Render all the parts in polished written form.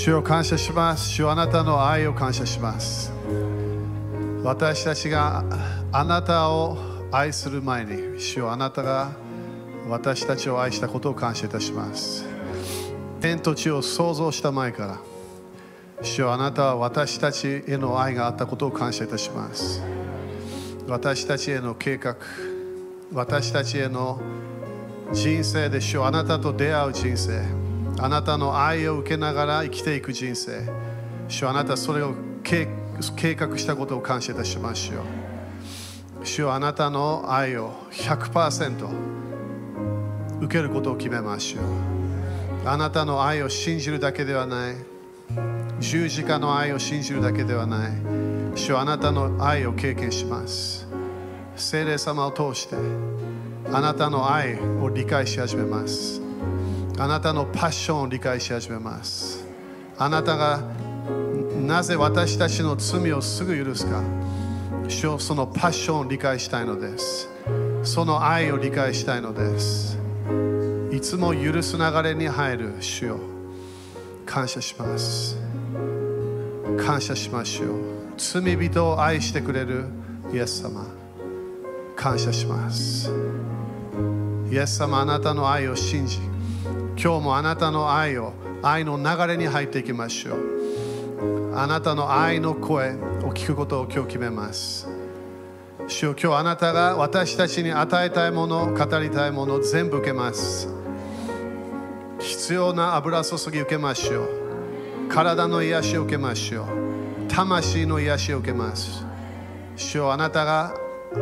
主を感謝します。主、あなたの愛を感謝します。私たちがあなたを愛する前に、主よ、あなたが私たちを愛したことを感謝いたします。天と地を創造した前から、主よ、あなたは私たちへの愛があったことを感謝いたします。私たちへの計画、私たちへの人生で、主よ、あなたと出会う人生、あなたの愛を受けながら生きていく人生、主よ、あなたそれを計画したことを感謝いたしますよ。主よ、あなたの愛を 100% 受けることを決めましょう。あなたの愛を信じるだけではない、十字架の愛を信じるだけではない、主よ、あなたの愛を経験します。聖霊様を通してあなたの愛を理解し始めます。あなたのパッションを理解し始めます。あなたがなぜ私たちの罪をすぐ許すか、主よ、そのパッションを理解したいのです。その愛を理解したいのです。いつも許す流れに入る主よ、感謝します。感謝しましょう。罪人を愛してくれるイエス様、感謝します。イエス様、あなたの愛を信じ、今日もあなたの愛の流れに入っていきましょう。あなたの愛の声を聞くことを今日決めます。主よ、今日あなたが私たちに与えたいもの、語りたいもの全部受けます。必要な油注ぎ受けましょう。体の癒しを受けましょう。魂の癒しを受けます。主よ、あなたが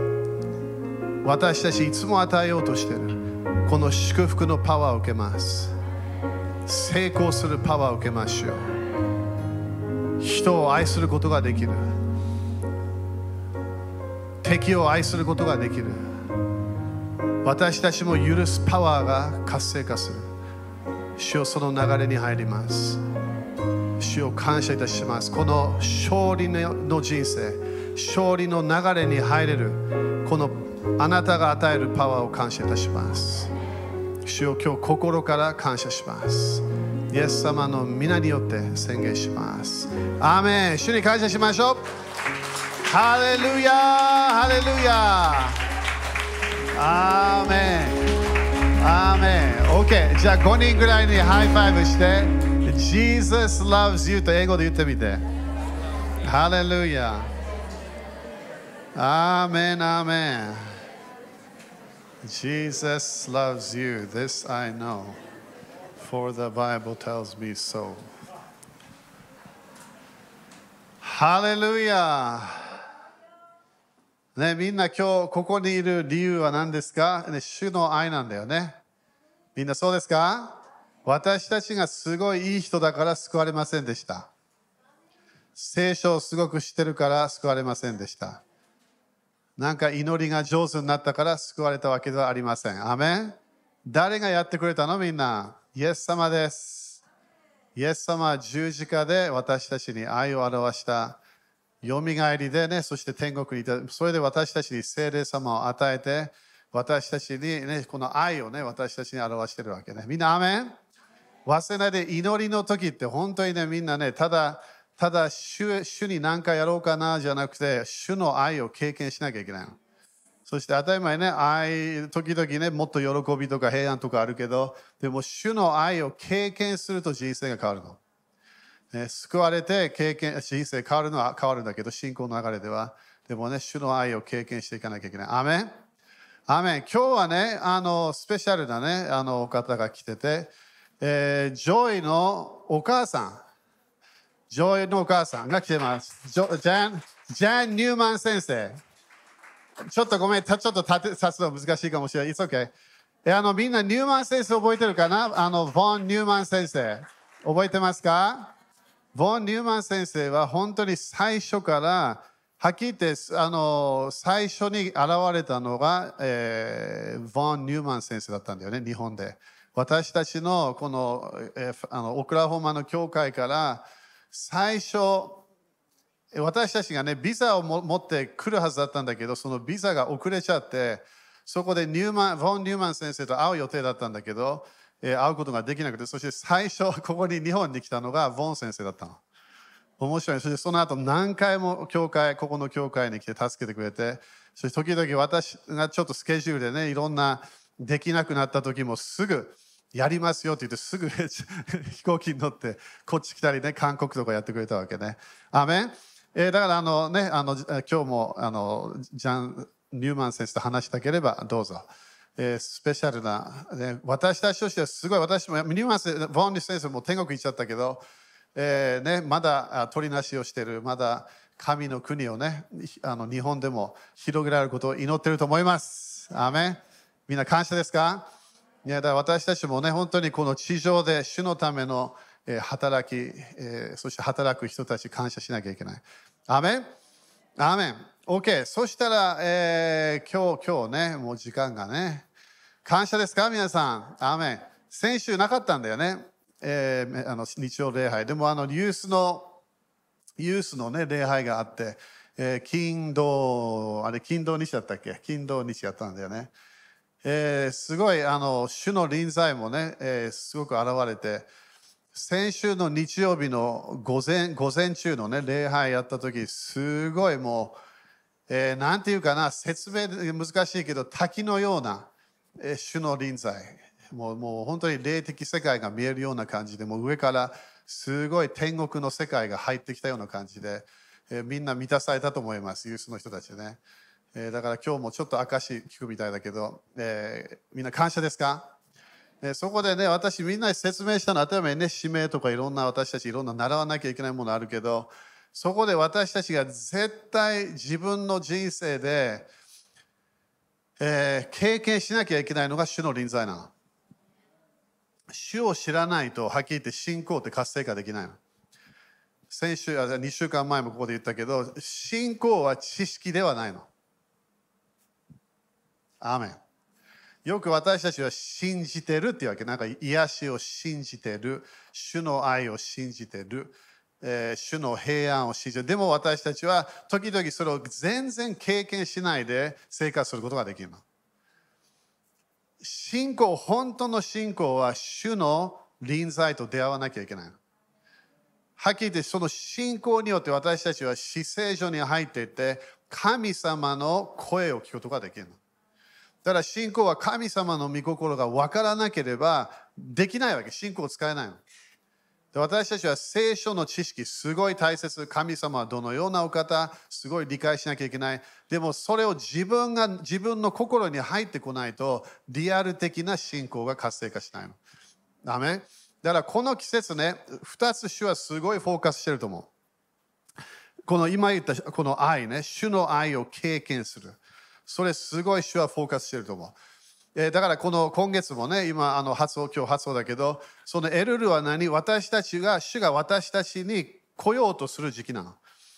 私たちいつも与えようとしているこの祝福のパワーを受けます。成功するパワーを受けましょう。人を愛することができる。敵を愛することができる。私たちも許すパワーが活性化する。主よ、その流れに入ります。主を感謝いたします。この勝利の人生、勝利の流れに入れるこのあなたが与えるパワーを感謝いたします。主よ、今日心から感謝します。イエス様の皆によって宣言します。アーメン。主に感謝しましょう。ハレルヤハレルヤ。アーメンアーメン。 OK、 じゃあ5人ぐらいにハイファイブして Jesus loves you と英語で言ってみて。ハレルヤ。アーメンアーメン。 Jesus loves you, this I know, for the Bible tells me so. ハレルヤ。ね、みんな今日ここにいる理由は何ですか、ね、主の愛なんだよね。みんなそうですか？私たちがすごいいい人だから救われませんでした。聖書をすごく知ってるから救われませんでした。なんか祈りが上手になったから救われたわけではありません。アメン。誰がやってくれたの？みんな。イエス様です。イエス様は十字架で私たちに愛を表した。よみがえりでね、そして天国にいた。それで私たちに聖霊様を与えて、私たちにね、この愛をね、私たちに表しているわけね。みんなアメン。忘れないで、祈りの時って本当にね、みんなね、ただ主に何かやろうかなじゃなくて、主の愛を経験しなきゃいけないの。そして当たり前ね、時々ね、もっと喜びとか平安とかあるけど、でも主の愛を経験すると人生が変わるの。ね、救われて人生変わるのは変わるんだけど、信仰の流れでは。でもね、主の愛を経験していかなきゃいけない。アメン。アメン。今日はね、スペシャルなね、お方が来てて、ジョイのお母さん。ジョイのお母さんが来てます。ジャン・ニューマン先生。ちょっとごめん、ちょっと立てさすの難しいかもしれない。It's okay。みんなニューマン先生覚えてるかな？ボン・ニューマン先生。覚えてますか？ボン・ニューマン先生は本当に最初からはっきり言って最初に現れたのが、ボン・ニューマン先生だったんだよね、日本で。私たちのこの、オクラホマの教会から最初、私たちがね、ビザを持って来るはずだったんだけど、そのビザが遅れちゃって、そこでボン・ニューマン先生と会う予定だったんだけど、 会うことができなくて、そして最初ここに日本に来たのがボン先生だったの。面白い。そしてその後何回もここの教会に来て助けてくれて、そして時々私がちょっとスケジュールでね、いろんなできなくなった時もすぐやりますよって言ってすぐ飛行機に乗ってこっち来たりね、韓国とかやってくれたわけね。アーメン。だから今日もジャン・ニューマン先生と話したければどうぞ。スペシャルな、ね、私たちとしてはすごい、私もニューマン先生、ボンリ先生も天国行っちゃったけど、まだ取りなしをしている、まだ神の国をね、日本でも広げられることを祈っていると思います。アーメン。みんな感謝ですか？いや、だから私たちもね、本当にこの地上で主のための働き、そして働く人たち感謝しなきゃいけない。アーメン。アーメン。OK。そしたら、今日ね、もう時間がね、感謝ですか皆さん。アーメン。先週なかったんだよね。日曜礼拝。でもユースのね、礼拝があって、金土日だったっけ？金土日やったんだよね。すごい主の臨在もね、すごく現れて、先週の日曜日の午前中のね、礼拝やった時、すごいもう、なんていうかな、説明難しいけど、滝のような、主の臨在。もう本当に霊的世界が見えるような感じで、もう上からすごい天国の世界が入ってきたような感じで、みんな満たされたと思います、ユースの人たちね。だから今日もちょっと証聞くみたいだけど、みんな感謝ですか？そこでね、私みんなに説明したのは、例えばね、使命とかいろんな私たちいろんな習わなきゃいけないものあるけど、そこで私たちが絶対自分の人生で、経験しなきゃいけないのが主の臨在なの。主を知らないと、はっきり言って信仰って活性化できないの。2週間前もここで言ったけど、信仰は知識ではないの。アーメン。よく私たちは信じてるっていうわけ。なんか癒しを信じてる。主の愛を信じてる。主の平安を信じてる。でも私たちは時々それを全然経験しないで生活することができるの。信仰、本当の信仰は主の臨在と出会わなきゃいけないの。はっきり言ってその信仰によって私たちは死聖所に入っていって神様の声を聞くことができるの。だから信仰は神様の御心が分からなければできないわけ。信仰を使えないの。で私たちは聖書の知識すごい大切。神様はどのようなお方、すごい理解しなきゃいけない。でもそれを自分の心に入ってこないとリアル的な信仰が活性化しないの。ダメ？だからこの季節ね、2つ主はすごいフォーカスしてると思う。この今言ったこの愛ね、主の愛を経験する。それすごい主はフォーカスしてると思う。だから今月もね、今今日発音だけど、そのエルルは何？主が私たちに来ようとする時期なの。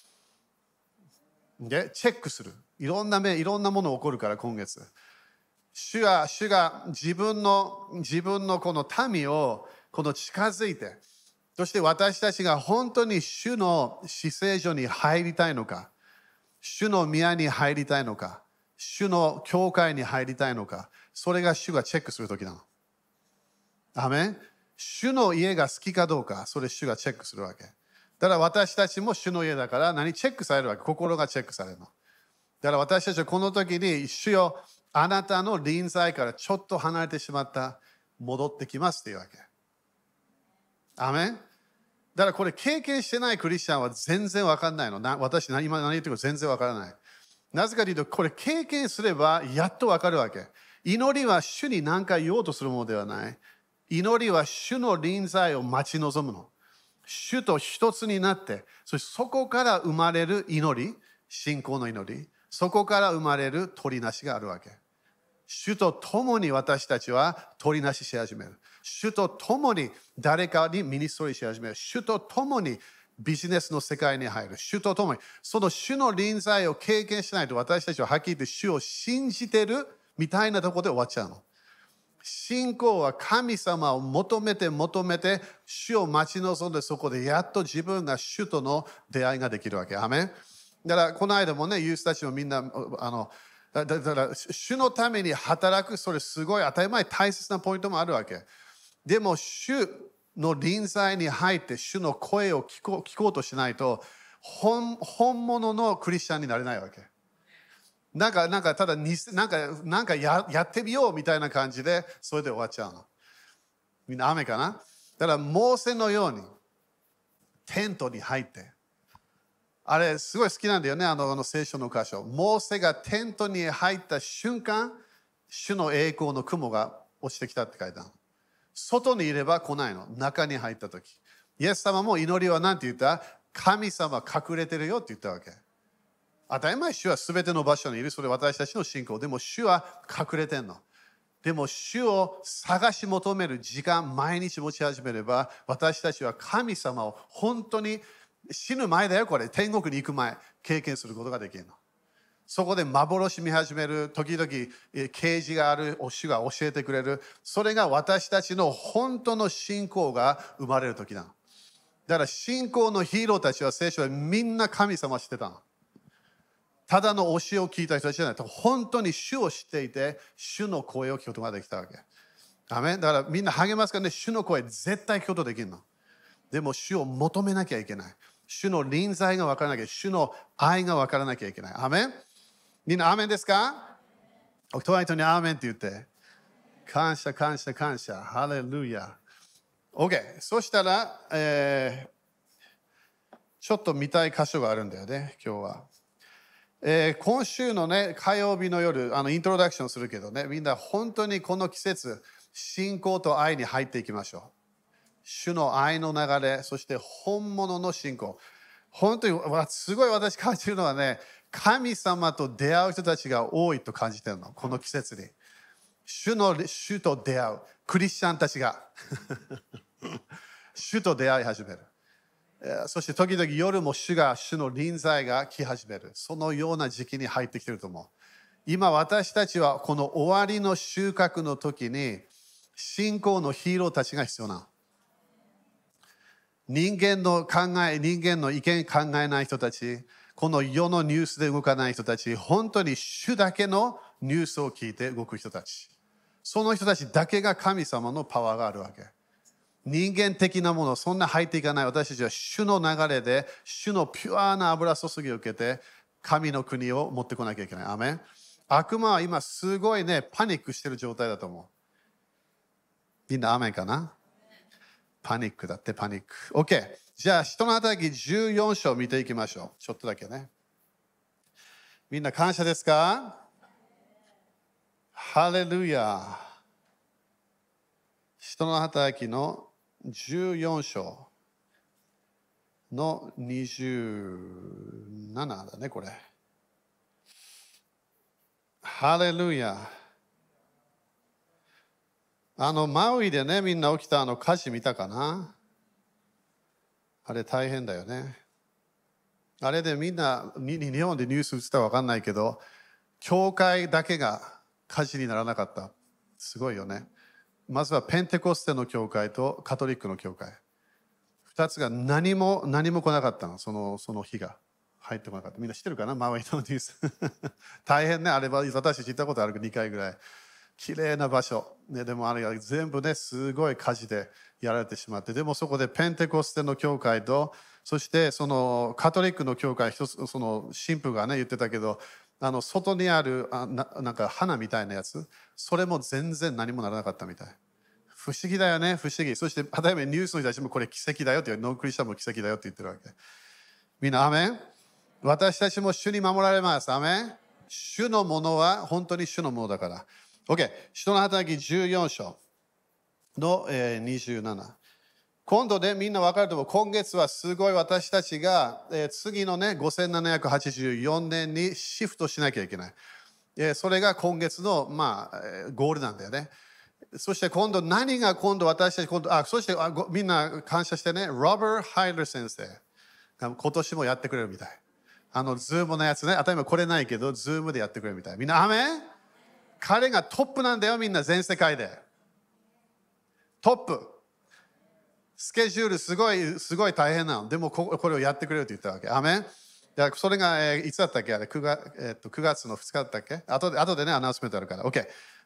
で、チェックする。いろんなもの起こるから今月。主が自分のこの民を近づいて、そして私たちが本当に主の至聖所に入りたいのか、主の宮に入りたいのか、主の教会に入りたいのか、それが主がチェックするときなの。アメン。主の家が好きかどうか、それ主がチェックするわけ。だから私たちも主の家だからチェックされるわけ。心がチェックされるの。だから私たちはこの時に主よ、あなたの臨在からちょっと離れてしまった。戻ってきますっていうわけ。アメン。だからこれ経験してないクリスチャンは全然わかんないの。私今何言ってるか全然わからない。なぜかというと、これ経験すればやっとわかるわけ。祈りは主に何か言おうとするものではない。祈りは主の臨在を待ち望むの。主と一つになって、そこから生まれる祈り、信仰の祈り、そこから生まれる取りなしがあるわけ。主と共に私たちは取りなしし始める。主と共に誰かにミニストリーし始める。主と共にビジネスの世界に入る。主と共に。その主の臨在を経験しないと私たちははっきり言って主を信じてるみたいなところで終わっちゃうの。信仰は神様を求めて主を待ち望んでそこでやっと自分が主との出会いができるわけ。アメン。だからこの間もね、ユースたちもみんなだから主のために働く、それすごい当たり前大切なポイントもあるわけ。 でも主の臨在に入って主の声を聞こうとしないと本物のクリスチャンになれないわけ。なんかただなんかやってみようみたいな感じでそれで終わっちゃうの。みんな雨かな。だからモーセのようにテントに入って、あれすごい好きなんだよね、あの聖書の箇所。モーセがテントに入った瞬間、主の栄光の雲が落ちてきたって書いてある。外にいれば来ないの。中に入ったとき。イエス様も祈りは何て言った？神様隠れてるよって言ったわけ。当たり前、主は全ての場所にいる。それは私たちの信仰。でも主は隠れてんの。でも主を探し求める時間、毎日持ち始めれば、私たちは神様を本当に死ぬ前だよ、これ。天国に行く前、経験することができるの。そこで幻見始める、時々啓示がある、主が教えてくれる。それが私たちの本当の信仰が生まれる時なの。だから信仰のヒーローたちは聖書はみんな神様を知ってたの。ただの教えを聞いた人たちじゃない。本当に主を知っていて、主の声を聞くことができたわけ。アメン。だからみんな励ますからね、主の声絶対聞くことできるの。でも主を求めなきゃいけない。主の臨在が分からなきゃ、主の愛が分からなきゃいけない。アメン。みんなアーメンですか？隣人にアーメンって言って。感謝、感謝、感謝。ハレルヤ。OK。そしたら、ちょっと見たい箇所があるんだよね、今日は。今週のね、火曜日の夜、イントロダクションするけどね、みんな本当にこの季節、信仰と愛に入っていきましょう。主の愛の流れ、そして本物の信仰。本当にすごい私感じるのはね、神様と出会う人たちが多いと感じてるの、この季節に。主と出会う、クリスチャンたちが主と出会い始める。そして時々夜も主の臨在が来始める。そのような時期に入ってきていると思う。今私たちはこの終わりの収穫の時に信仰のヒーローたちが必要な。人間の考え、人間の意見考えない人たち、この世のニュースで動かない人たち、本当に主だけのニュースを聞いて動く人たち。その人たちだけが神様のパワーがあるわけ。人間的なもの、そんな入っていかない私たちは主の流れで、主のピュアな油注ぎを受けて、神の国を持ってこなきゃいけない。アメン。悪魔は今すごいね、パニックしてる状態だと思う。みんなアメンかな？パニックだって、パニック。OK。じゃあ、人の働き14章見ていきましょう。ちょっとだけね。みんな感謝ですか？ハレルヤ。人の働きの14章の27だね、これ。ハレルヤ。マウイでね、みんな起きた火事見たかな？あれ大変だよね。あれでみんな、日本でニュース映ったら分かんないけど、教会だけが火事にならなかった。すごいよね。まずはペンテコステの教会とカトリックの教会。2つが何も来なかったの、その日が。入ってこなかった。みんな知ってるかな？マウイのニュース。大変ね、あれは私知ったことある2回ぐらい。綺麗な場所、ね、でもあれが全部ねすごい火事でやられてしまって、でもそこでペンテコステの教会と、そしてそのカトリックの教会、一つその神父がね言ってたけど、外にあるなんか花みたいなやつ、それも全然何もならなかったみたい。不思議だよね、不思議。そして例えばニュースの人たちもこれ奇跡だよって言う、ノンクリスチャンも奇跡だよって言ってるわけ。みんなアメン。私たちも主に守られます。アメン。主のものは本当に主のものだから。OK。人の働き14章の、27。今度でみんな分かると思う。今月はすごい私たちが、次のね、5784年にシフトしなきゃいけない。それが今月の、ゴールなんだよね。そして今度私たち、そしてみんな感謝してね、ロバート・ハイラー先生。今年もやってくれるみたい。ズームのやつね、当たり前これないけど、ズームでやってくれるみたい。みんな、アメン？彼がトップなんだよ、みんな全世界で。トップ。スケジュールすごい大変なの。でもこれをやってくれるって言ったわけ。アメン。それが、いつだったっけあれ9月の2日だったっけ？後でね、アナウンスメントあるから。OK。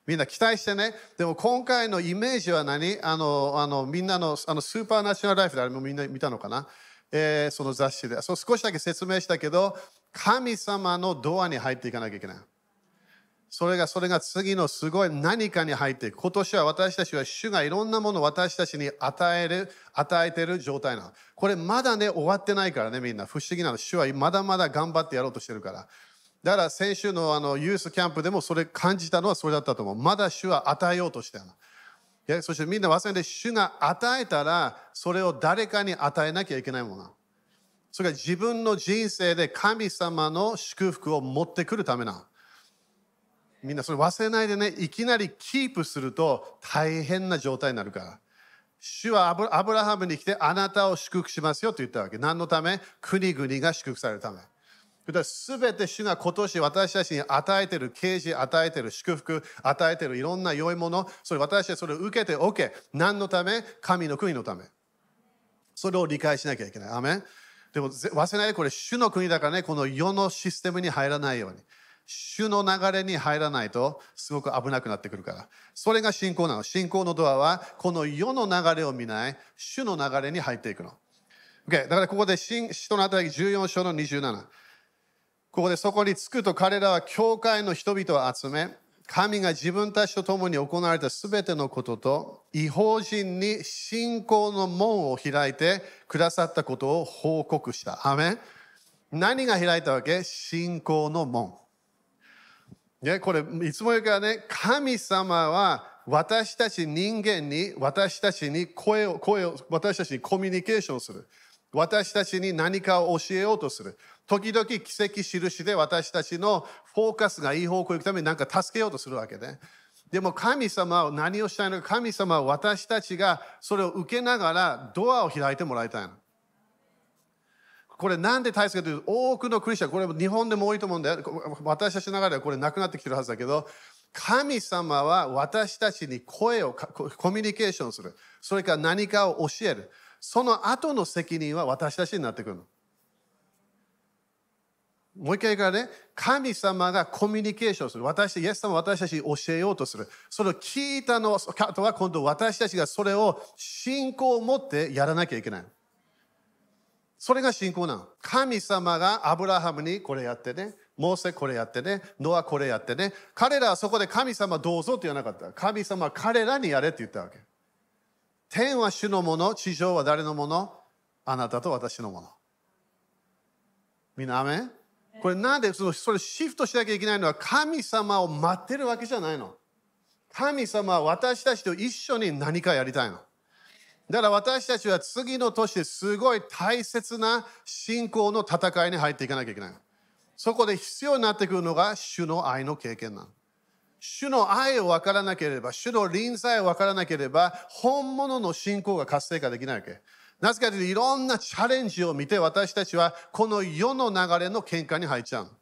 みんな期待してね。でも今回のイメージは何？みんなのスーパーナショナルライフであれもみんな見たのかな、その雑誌で。そう少しだけ説明したけど、神様のドアに入っていかなきゃいけない。それが次のすごい何かに入っていく。今年は私たちは主がいろんなものを私たちに与えている状態なの。これまだね、終わってないからね、みんな。不思議なの。主はまだまだ頑張ってやろうとしてるから。だから先週のユースキャンプでもそれ感じたのはそれだったと思う。まだ主は与えようとしてるの。そしてみんな忘れて、主が与えたら、それを誰かに与えなきゃいけないもの。それが自分の人生で神様の祝福を持ってくるためなの。みんなそれ忘れないでね。いきなりキープすると大変な状態になるから。主はアブラハムに来てあなたを祝福しますよと言ったわけ。何のため？国々が祝福されるため。すべて主が今年私たちに与えている啓示、与えている祝福、与えているいろんな良いもの、それ私たちそれを受けておけ。何のため？神の国のため。それを理解しなきゃいけない。アメン。でも忘れないで、これ主の国だからね、この世のシステムに入らないように。主の流れに入らないとすごく危なくなってくるから。それが信仰なの。信仰のドアはこの世の流れを見ない主の流れに入っていくの。Okay、だからここで使徒の働き14章の27。ここでそこに着くと彼らは教会の人々を集め、神が自分たちと共に行われたすべてのことと、異邦人に信仰の門を開いてくださったことを報告した。アメン。何が開いたわけ？信仰の門。これいつも言うからね、神様は私たち人間に、私たちに私たちにコミュニケーションする。私たちに何かを教えようとする。時々奇跡印で私たちのフォーカスがいい方向に行くために何か助けようとするわけね。でも神様は何をしたいのか、神様は私たちがそれを受けながらドアを開いてもらいたいの。これなんで大切かというと、多くのクリスチャン、これ日本でも多いと思うんだよ。私たちの中ではこれなくなってきてるはずだけど、神様は私たちにコミュニケーションする。それから何かを教える。その後の責任は私たちになってくるの。もう一回言うからね、神様がコミュニケーションする。イエス様は私たちに教えようとする。それを聞いたの後は今度私たちがそれを信仰を持ってやらなきゃいけない。それが信仰なの。神様がアブラハムにこれやってね、モーセこれやってね、ノアこれやってね。彼らはそこで神様どうぞって言わなかった。神様は彼らにやれって言ったわけ。天は主のもの、地上は誰のもの？あなたと私のもの。みんなアメン？これなんでそれシフトしなきゃいけないのは、神様を待ってるわけじゃないの。神様は私たちと一緒に何かやりたいの。だから私たちは次の年ですごい大切な信仰の戦いに入っていかなきゃいけない。そこで必要になってくるのが主の愛の経験なの。主の愛を分からなければ、主の臨在を分からなければ、本物の信仰が活性化できないわけ。なぜかというと、いろんなチャレンジを見て私たちはこの世の流れの喧嘩に入っちゃう。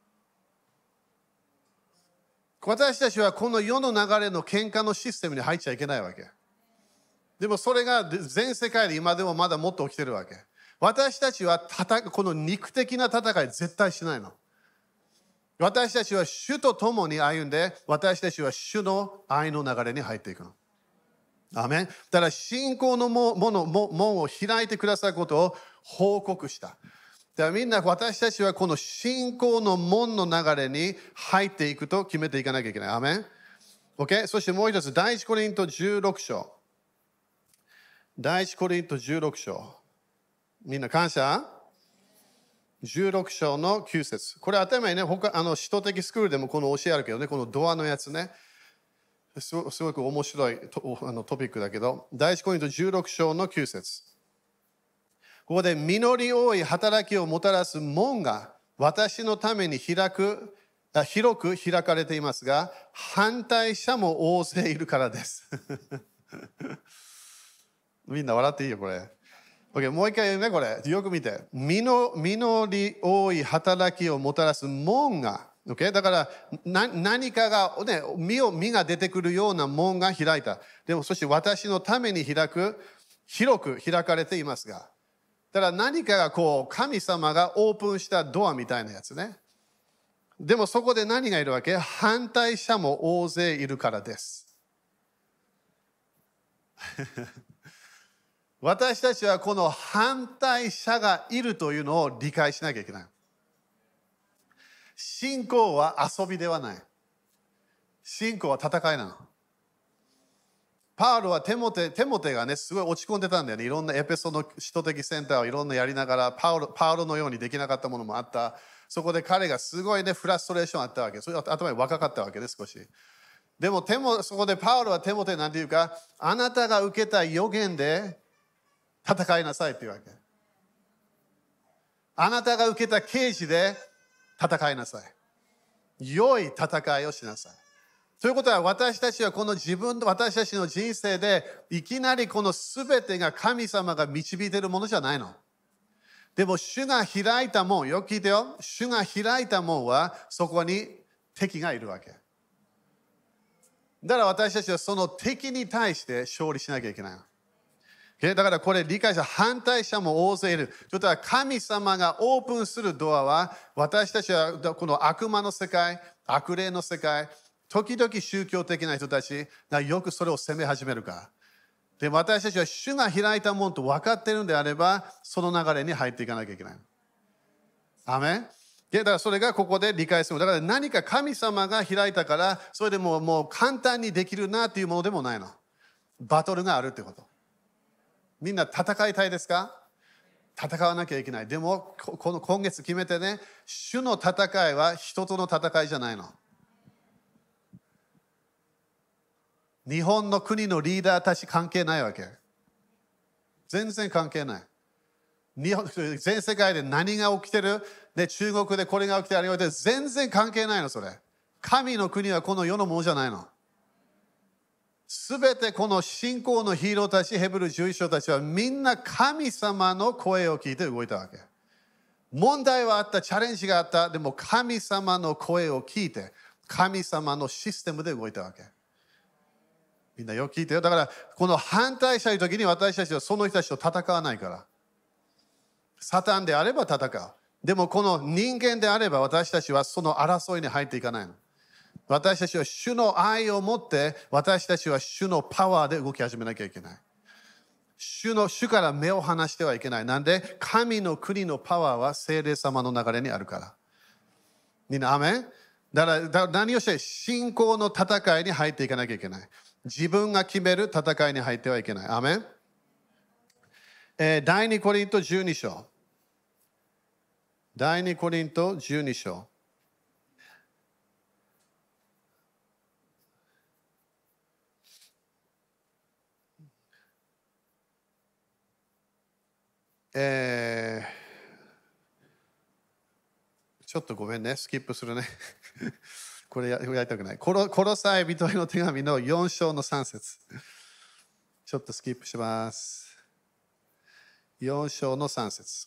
私たちはこの世の流れの喧嘩のシステムに入っちゃいけないわけ。でもそれが全世界で今でもまだもっと起きてるわけ。私たちはこの肉的な戦い絶対しないの。私たちは主と共に歩んで、私たちは主の愛の流れに入っていくの。アメン。だから信仰の門を開いてくださることを報告した。だからみんな私たちはこの信仰の門の流れに入っていくと決めていかなきゃいけない。アメン。OK？ そしてもう一つ、第一コリント16章。第一コリント16章。みんな感謝？16章の9節。これ頭にね、使徒的スクールでもこの教えあるけどね、このドアのやつね。すごく面白いトピックだけど、第一コリント16章の9節。ここで、実り多い働きをもたらす門が私のために広く開かれていますが、反対者も大勢いるからです。みんな笑っていいよ、これ。Okay、もう一回言うね、これ。よく見て。実り多い働きをもたらす門が、okay？ だから何かが、ね、実が出てくるような門が開いた。でも、そして私のために広く開かれていますが。だから何かが神様がオープンしたドアみたいなやつね。 でもそこで何がいるわけ？反対者も大勢いるからです。私たちはこの反対者がいるというのを理解しなきゃいけない。信仰は遊びではない。信仰は戦いなの。パウロはテモテがね、すごい落ち込んでたんだよね。いろんなエペソの使徒的センターをいろんなやりながら、パウロのようにできなかったものもあった。そこで彼がすごいね、フラストレーションあったわけ。それ頭に若かったわけです、少し。でも、そこでパウロはテモテなんていうか、あなたが受けた予言で戦いなさいっていうわけ。あなたが受けた啓示で戦いなさい。良い戦いをしなさい。ということは私たちはこの私たちの人生でいきなりこの全てが神様が導いているものじゃないの。でも主が開いた門、よく聞いてよ。主が開いた門はそこに敵がいるわけ。だから私たちはその敵に対して勝利しなきゃいけない。だからこれ理解した反対者も大勢いる。ということは神様がオープンするドアは私たちはこの悪魔の世界、悪霊の世界、時々宗教的な人たちがよくそれを責め始めるから。で、私たちは主が開いたものと分かっているのであれば、その流れに入っていかなきゃいけない。アメン。だからそれがここで理解する。だから何か神様が開いたから、それでもう簡単にできるなっていうものでもないの。バトルがあるってこと。みんな戦いたいですか？戦わなきゃいけない。でも、今月決めてね、主の戦いは人との戦いじゃないの。日本の国のリーダーたち関係ないわけ。全然関係ない。全世界で何が起きてる、で中国でこれが起きてあるようで全然関係ないの、それ。神の国はこの世のものじゃないの。すべてこの信仰のヒーローたち、ヘブル11章たちはみんな神様の声を聞いて動いたわけ。問題はあった、チャレンジがあった。でも神様の声を聞いて、神様のシステムで動いたわけ。みんなよく聞いてよ。だから、この反対者の時に私たちはその人たちと戦わないから。サタンであれば戦う。でもこの人間であれば私たちはその争いに入っていかないの。私たちは主の愛を持って、私たちは主のパワーで動き始めなきゃいけない。主から目を離してはいけない。なんで、神の国のパワーは聖霊様の流れにあるから。みんな、アメン？だから何をして信仰の戦いに入っていかなきゃいけない。自分が決める戦いに入ってはいけない。アメン。第2コリント12章。第2コリント12章。ちょっとごめんね、スキップするね。これやりたくない。コロサイ人への手紙の4章の3節。ちょっとスキップします。4章の3節。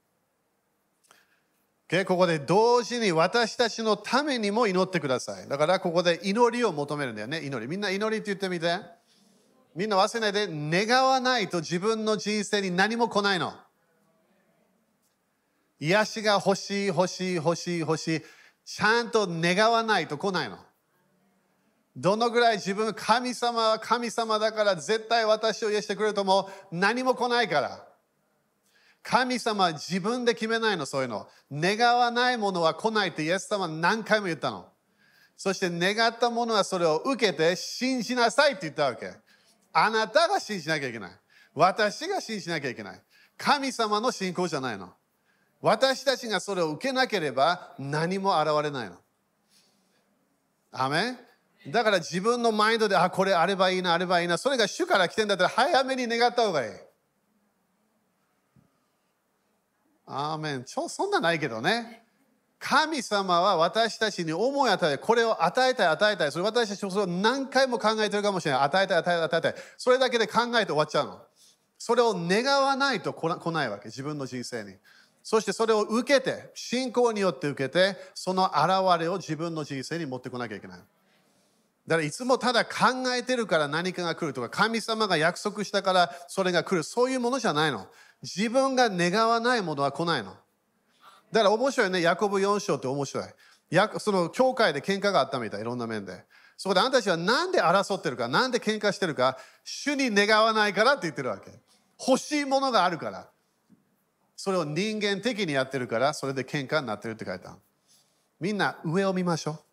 ここで同時に私たちのためにも祈ってください。だからここで祈りを求めるんだよね。祈り。みんな祈りって言ってみて。みんな忘れないで、願わないと自分の人生に何も来ないの。癒しが欲しい、欲しい、欲しい、欲しい。ちゃんと願わないと来ないの。どのぐらい自分、神様は神様だから絶対私を癒してくれるとも何も来ないから。神様は自分で決めないの、そういうの。願わないものは来ないってイエス様は何回も言ったの。そして願ったものはそれを受けて信じなさいって言ったわけ。あなたが信じなきゃいけない。私が信じなきゃいけない。神様の信仰じゃないの。私たちがそれを受けなければ何も現れないの。アメン。だから自分のマインドで、これあればいいな、あればいいな。それが主から来てんだったら早めに願った方がいい。アーメン。そんなないけどね。神様は私たちに思い与え、これを与えたい、与えたい。それ私たちそれを何回も考えてるかもしれない。与えたい、与えたい、与えたい。それだけで考えて終わっちゃうの。それを願わないと来ないわけ。自分の人生に。そしてそれを受けて、信仰によって受けて、その現れを自分の人生に持ってこなきゃいけない。だからいつもただ考えてるから何かが来るとか、神様が約束したからそれが来る。そういうものじゃないの。自分が願わないものは来ないの。だから面白いね。ヤコブ4章って面白い。 その教会で喧嘩があったみたい、いろんな面で。そこであなたたちはなんで争ってるか、なんで喧嘩してるか、主に願わないからって言ってるわけ。欲しいものがあるから。それを人間的にやってるから、それで喧嘩になってるって書いてある。みんな上を見ましょう。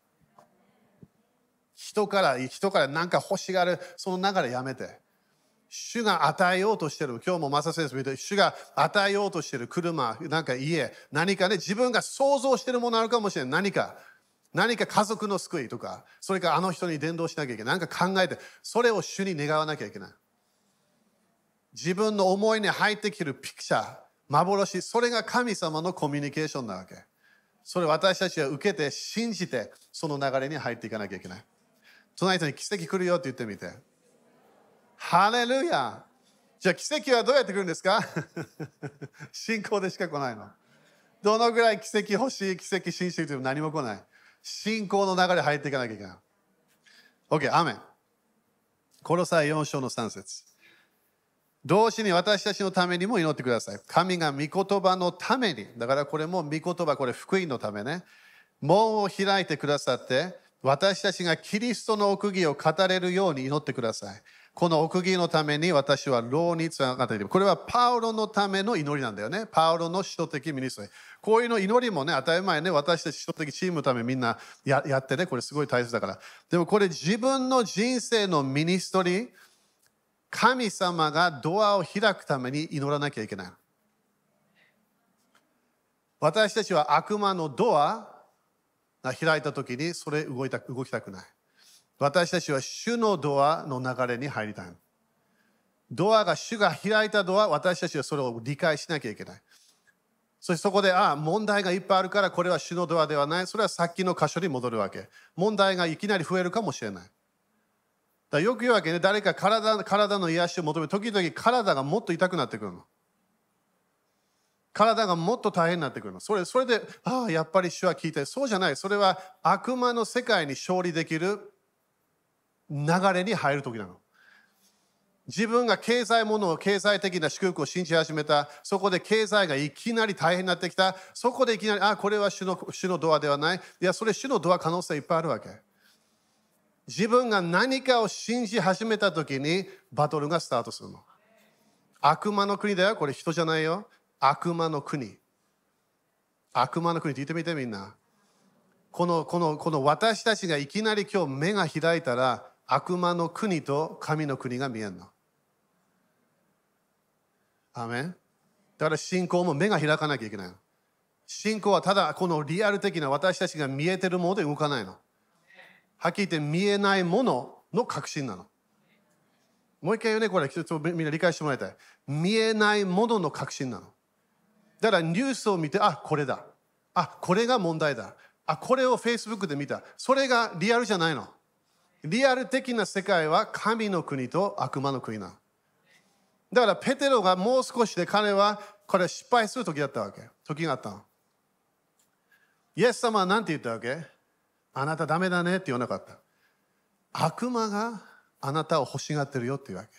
人から何か欲しがる、その流れやめて。主が与えようとしてる、今日もマサ先生見て、主が与えようとしてる車、なんか家、何かね、自分が想像してるものあるかもしれない。何か家族の救いとか、それからあの人に伝道しなきゃいけない。なんか考えて、それを主に願わなきゃいけない。自分の思いに入ってきてるピクチャー、幻、それが神様のコミュニケーションなわけ。それを私たちは受けて、信じて、その流れに入っていかなきゃいけない。隣人に奇跡来るよって言ってみて。ハレルヤ。じゃあ奇跡はどうやって来るんですか？信仰でしか来ないの。どのぐらい奇跡欲しい、奇跡信じてると何も来ない。信仰の流れ入っていかなきゃいけない。OK、アーメン。コロサイ4章の3節。同時に私たちのためにも祈ってください。神が御言葉のために、だからこれも御言葉、これ福音のためね、門を開いてくださって、私たちがキリストの奥義を語れるように祈ってください。この奥義のために私は牢につながっている。これはパウロのための祈りなんだよね。パウロの使徒的ミニストリー。こういうの祈りもね、当たり前ね、私たち使徒的チームのためみんな やってね、これすごい大切だから。でもこれ自分の人生のミニストリー、神様がドアを開くために祈らなきゃいけない。私たちは悪魔のドアが開いたときにそれ動きたくない。私たちは主のドアの流れに入りたい。主が開いたドア、私たちはそれを理解しなきゃいけない。そしてそこで、問題がいっぱいあるからこれは主のドアではない。それはさっきの箇所に戻るわけ。問題がいきなり増えるかもしれない。だよく言うわけね、誰か体の癒しを求める、時々体がもっと痛くなってくるの。体がもっと大変になってくるの。それで、やっぱり主は聞いて、そうじゃない。それは悪魔の世界に勝利できる流れに入る時なの。自分が経済的な祝福を信じ始めた。そこで経済がいきなり大変になってきた。そこでいきなり、これは主のドアではない。いや、それ主のドア可能性いっぱいあるわけ。自分が何かを信じ始めた時にバトルがスタートするの。悪魔の国だよ。これ人じゃないよ。悪魔の国。悪魔の国って言ってみてみんな。この私たちがいきなり今日目が開いたら悪魔の国と神の国が見えるの。アーメン。だから信仰も目が開かなきゃいけないの。信仰はただこのリアル的な私たちが見えてるもので動かないの。はっきり言って見えないものの確信なの。もう一回言うね、これちょっとみんな理解してもらいたい。見えないものの確信なの。だからニュースを見て、これだ。これが問題だ。これを Facebook で見た。それがリアルじゃないの。リアル的な世界は神の国と悪魔の国なの。だからペテロがもう少しで彼はこれ失敗する時だったわけ。時があったの。イエス様は何て言ったわけ？あなたダメだねって言わなかった。悪魔があなたを欲しがってるよって言うわけ。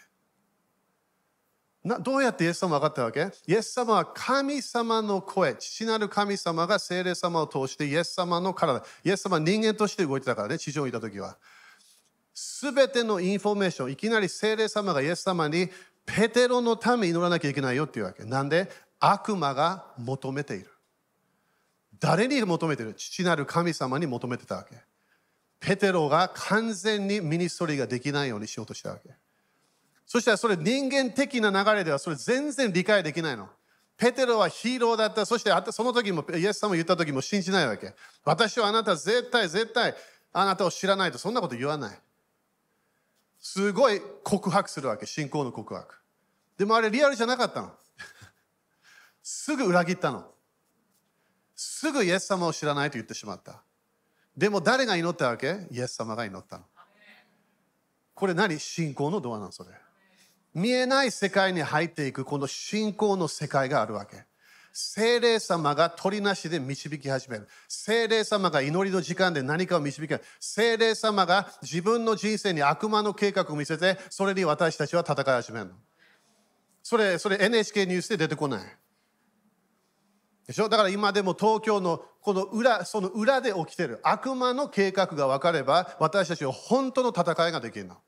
どうやってイエス様分かったわけ？イエス様は神様の声、父なる神様が聖霊様を通してイエス様の体、イエス様は人間として動いてたからね、地上にいた時は。すべてのインフォメーション、いきなり聖霊様がイエス様にペテロのために祈らなきゃいけないよっていうわけ。なんで悪魔が求めている。誰に求めている？父なる神様に求めてたわけ。ペテロが完全にミニストリーができないようにしようとしたわけ。そしたらそれ人間的な流れではそれ全然理解できないの。ペテロはヒーローだった。そしてその時もイエス様言った時も信じないわけ。私はあなた絶対あなたを知らないとそんなこと言わない。すごい告白するわけ。信仰の告白。でもあれリアルじゃなかったの。すぐ裏切ったの。すぐイエス様を知らないと言ってしまった。でも誰が祈ったわけ？イエス様が祈ったの。これ何？信仰のドアなのそれ。見えない世界に入っていくこの信仰の世界があるわけ。聖霊様が取りなしで導き始める。聖霊様が祈りの時間で何かを導き始める。聖霊様が自分の人生に悪魔の計画を見せて、それに私たちは戦い始めるの。それ NHK ニュースで出てこない。 でしょ。だから今でも東京のこの裏、その裏で起きてる悪魔の計画が分かれば、私たちは本当の戦いができるの。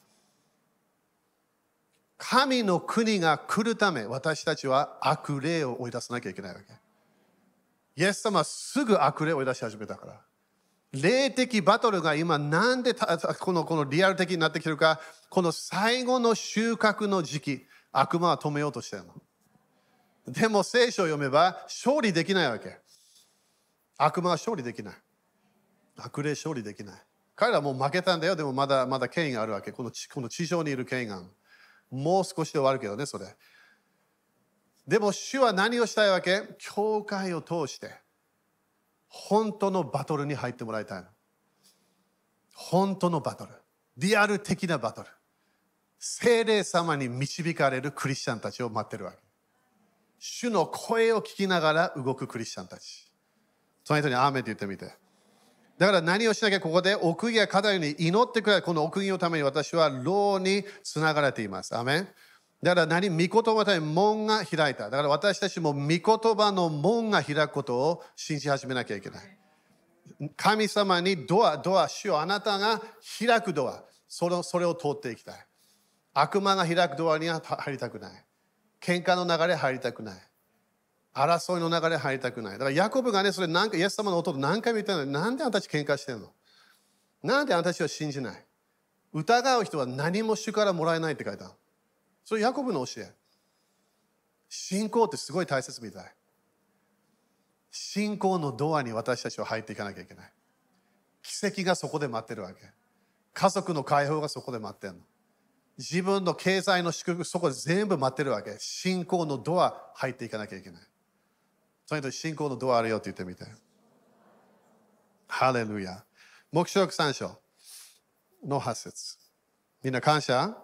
神の国が来るため、私たちは悪霊を追い出さなきゃいけないわけ。イエス様はすぐ悪霊を追い出し始めたから。霊的バトルが今なんでこのリアル的になってきてるか、この最後の収穫の時期、悪魔は止めようとしてるの。でも聖書を読めば勝利できないわけ。悪魔は勝利できない。悪霊勝利できない。彼らはもう負けたんだよ。でもまだ権威があるわけ。この地上にいる権威がある。もう少しで終わるけどね、それ。でも主は何をしたいわけ？教会を通して本当のバトルに入ってもらいたいの。本当のバトル。リアル的なバトル。聖霊様に導かれるクリスチャンたちを待ってるわけ。主の声を聞きながら動くクリスチャンたち。その人にアーメンって言ってみて。だから何をしなきゃ、ここで奥義が語るように祈ってくれる。この奥義のために私は牢につながれています。アーメン。だから御言葉のために門が開いた。だから私たちも御言葉の門が開くことを信じ始めなきゃいけない。神様にドア、主よあなたが開くドア、それを通っていきたい。悪魔が開くドアには入りたくない。喧嘩の流れ入りたくない。争いの流れ入りたくない。だからヤコブがね、それなんかイエス様の弟何回も言ったのに、なんであなたたち喧嘩してんの？なんであなたたちは信じない？疑う人は何も主からもらえないって書いてある。それヤコブの教え。信仰ってすごい大切みたい。信仰のドアに私たちは入っていかなきゃいけない。奇跡がそこで待ってるわけ。家族の解放がそこで待ってるの。自分の経済の祝福、そこで全部待ってるわけ。信仰のドア入っていかなきゃいけない。それと信仰のドアあるよって言ってみて。ハレルヤ。黙示録3章の8節。みんな感謝？だ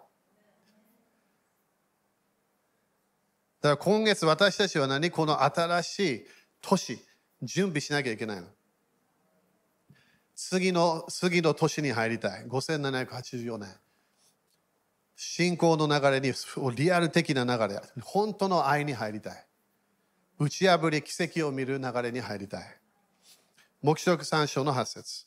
から今月私たちはこの新しい年、準備しなきゃいけないの。次の年に入りたい。5784年。信仰の流れに、リアル的な流れ、本当の愛に入りたい。打ち破り、奇跡を見る流れに入りたい。黙示録3章の8節。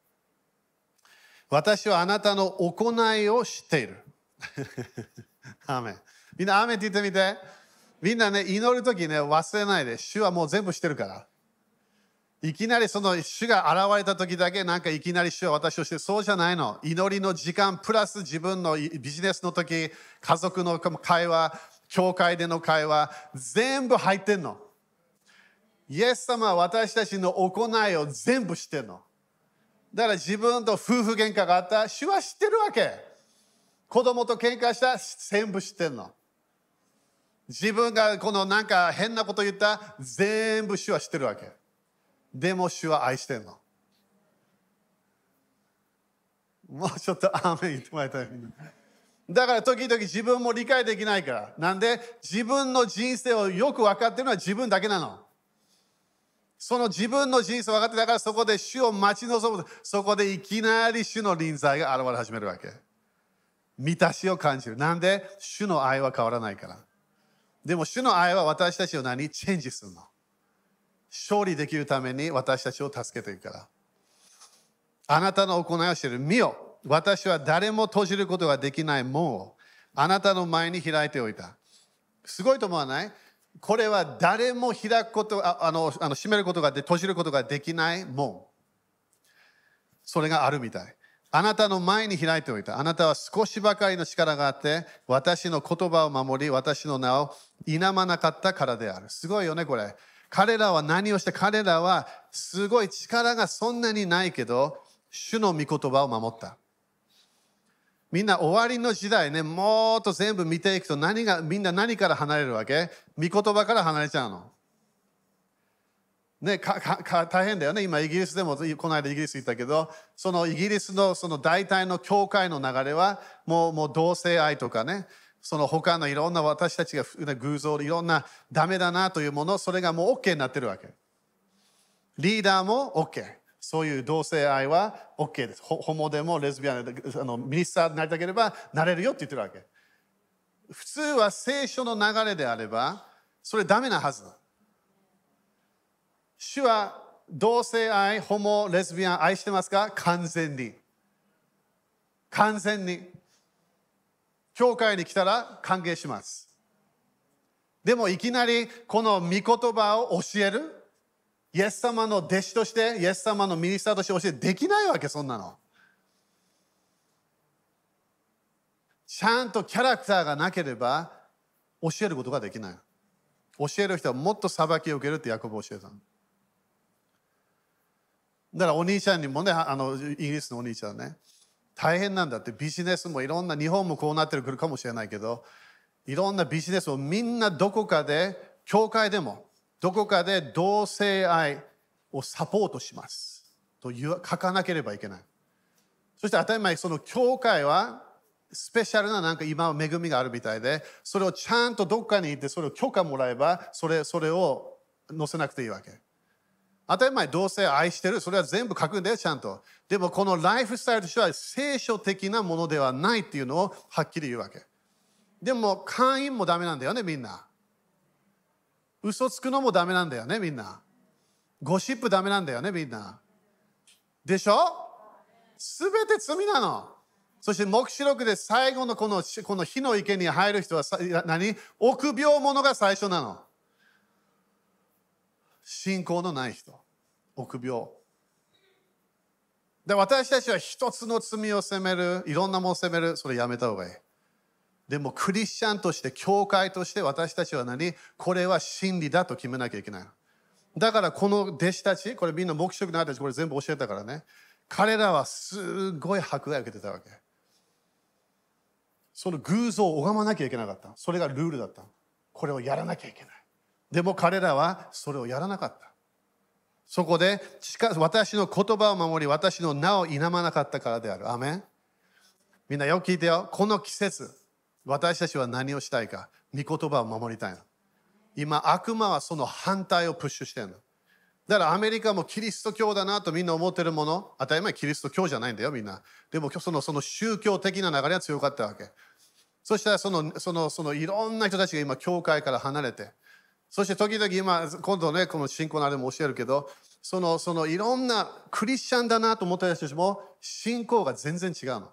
私はあなたの行いを知っている。アーメン。みんなアーメンって言ってみて。みんなね、祈るときね、忘れないで。主はもう全部知ってるから。いきなりその主が現れたときだけいきなり主は私を知ってる。そうじゃないの。祈りの時間プラス自分のビジネスのとき、家族の会話、教会での会話、全部入ってんの。イエス様は私たちの行いを全部知ってんの。だから自分と夫婦喧嘩があった、主は知ってるわけ。子供と喧嘩した、全部知ってんの。自分が変なこと言った、全部主は知ってるわけ。でも主は愛してんの。もうちょっとアーメン言ってもらいたい。だから時々自分も理解できないから。なんで自分の人生をよく分かってるのは自分だけなの。その自分の人生を分かってだからそこで主を待ち望む。そこでいきなり主の臨在が現れ始めるわけ。満たしを感じる。なんで主の愛は変わらないから。でも主の愛は私たちをチェンジするの。勝利できるために私たちを助けていくから。あなたの行いをしている。見よ、私は誰も閉じることができない門をあなたの前に開いておいた。すごいと思わない？これは誰も開くこと閉めることが閉じることができない門。それがあるみたい。あなたの前に開いておいた。あなたは少しばかりの力があって私の言葉を守り私の名を否まなかったからである。すごいよねこれ。彼らは何をして、彼らはすごい力がそんなにないけど主の御言葉を守った。みんな終わりの時代ね、もっと全部見ていくとみんな何から離れるわけ？御言葉から離れちゃうの。ね、大変だよね。今イギリスでも、この間イギリス行ったけど、そのイギリスのその大体の教会の流れはもう同性愛とかね、その他のいろんな私たちが偶像でいろんなダメだなというもの、それがもう OK になってるわけ。リーダーも OK。そういう同性愛は OK です。ホモでもレズビアンでミニスターになりたければなれるよって言ってるわけ。普通は聖書の流れであればそれダメなはず。 主は同性愛、ホモ、レズビアン愛してますか？完全に。完全に。教会に来たら歓迎します。でもいきなりこの御言葉を教える、イエス様の弟子として、イエス様のミニスターとして教えできないわけ、そんなの。ちゃんとキャラクターがなければ教えることができない。教える人はもっと裁きを受けるってヤコブ教えたの。だからお兄ちゃんにもね、イギリスのお兄ちゃんね、大変なんだって。ビジネスもいろんな、日本もこうなってくるかもしれないけど、いろんなビジネスをみんなどこかで、教会でもどこかで同性愛をサポートしますと書かなければいけない。そして当たり前、その教会はスペシャルななんか今は恵みがあるみたいで、それをちゃんとどっかに行ってそれを許可もらえば、それを載せなくていいわけ。当たり前、同性愛してる、それは全部書くんだよ、ちゃんと。でもこのライフスタイルとしては聖書的なものではないっていうのをはっきり言うわけ。でも会員もダメなんだよね、みんな。嘘つくのもダメなんだよね、みんな。ゴシップダメなんだよね、みんな。でしょ？すべて罪なの。そして黙示録で最後のこの火の池に入る人は臆病者が最初なの。信仰のない人。臆病。で、私たちは一つの罪を責める、いろんなものを責める、それやめた方がいい。でもクリスチャンとして、教会として私たちはこれは真理だと決めなきゃいけない。だからこの弟子たち、これみんな黙示録のあるたち、これ全部教えたからね。彼らはすごい迫害を受けてたわけ。その偶像を拝まなきゃいけなかった。それがルールだった。これをやらなきゃいけない。でも彼らはそれをやらなかった。そこで私の言葉を守り、私の名を否まなかったからである。アメン。みんなよく聞いてよ。この季節、私たちは何をしたいか。御言葉を守りたいの。今、悪魔はその反対をプッシュしてるの。だからアメリカもキリスト教だなとみんな思ってるもの、当たり前キリスト教じゃないんだよ、みんな。でもその宗教的な流れは強かったわけ。そしたらそのいろんな人たちが今、教会から離れて、そして時々今度ね、この信仰のあれも教えるけど、そのいろんなクリスチャンだなと思った人たちも、信仰が全然違うの。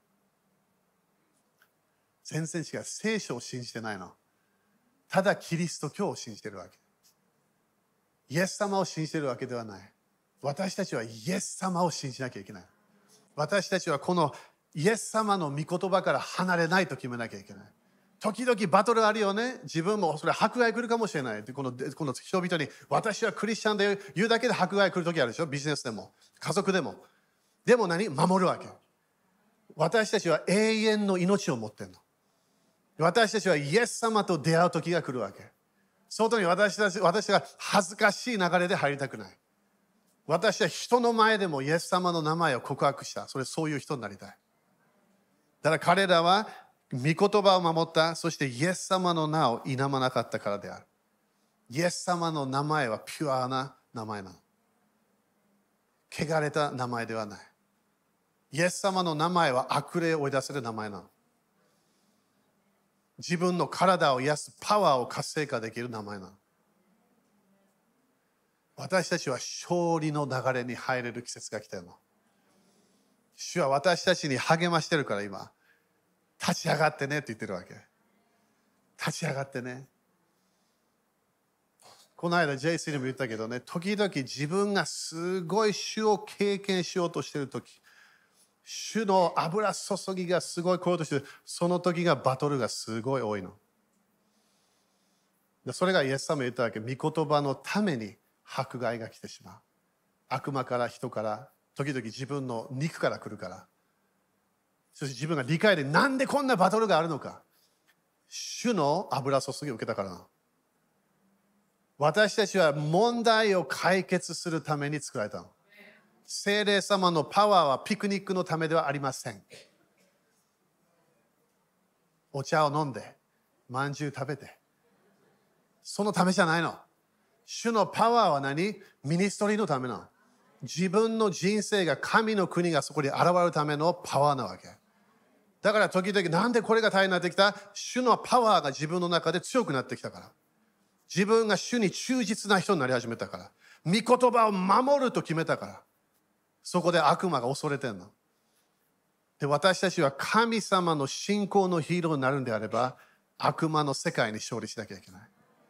全然違う。聖書を信じてないの。ただキリスト教を信じてるわけ。イエス様を信じてるわけではない。私たちはイエス様を信じなきゃいけない。私たちはこのイエス様の御言葉から離れないと決めなきゃいけない。時々バトルあるよね。自分もそれ迫害来るかもしれない。この人々に私はクリスチャンで言うだけで迫害来る時あるでしょ。ビジネスでも家族でも。でも守るわけ。私たちは永遠の命を持ってるの。私たちはイエス様と出会う時が来るわけ。外に私が恥ずかしい流れで入りたくない。私は人の前でもイエス様の名前を告白した。そういう人になりたい。だから彼らは御言葉を守った。そしてイエス様の名を否まなかったからである。イエス様の名前はピュアな名前なの。汚れた名前ではない。イエス様の名前は悪霊を追い出せる名前なの。自分の体を癒すパワーを活性化できる名前なの。私たちは勝利の流れに入れる季節が来ているの。主は私たちに励ましてるから今、立ち上がってねって言ってるわけ。立ち上がってね。この間 JC にも言ったけどね、時々自分がすごい主を経験しようとしている時、主の油注ぎがすごい来ようとしている、その時がバトルがすごい多いの。それがイエス様言ったわけ。御言葉のために迫害が来てしまう。悪魔から人から、時々自分の肉から来るから。そして自分が理解でなんでこんなバトルがあるのか。主の油注ぎを受けたからな。私たちは問題を解決するために作られたの。聖霊様のパワーはピクニックのためではありません。お茶を飲んで、まんじゅう食べて。そのためじゃないの。主のパワーは何？ミニストリーのためなの。自分の人生が神の国がそこに現れるためのパワーなわけ。だから時々なんでこれが大変になってきた？主のパワーが自分の中で強くなってきたから。 自分が主に忠実な人になり始めたから。御言葉を守ると決めたから。そこで悪魔が恐れてんの。で、私たちは神様の信仰のヒーローになるんであれば、悪魔の世界に勝利しなきゃいけない。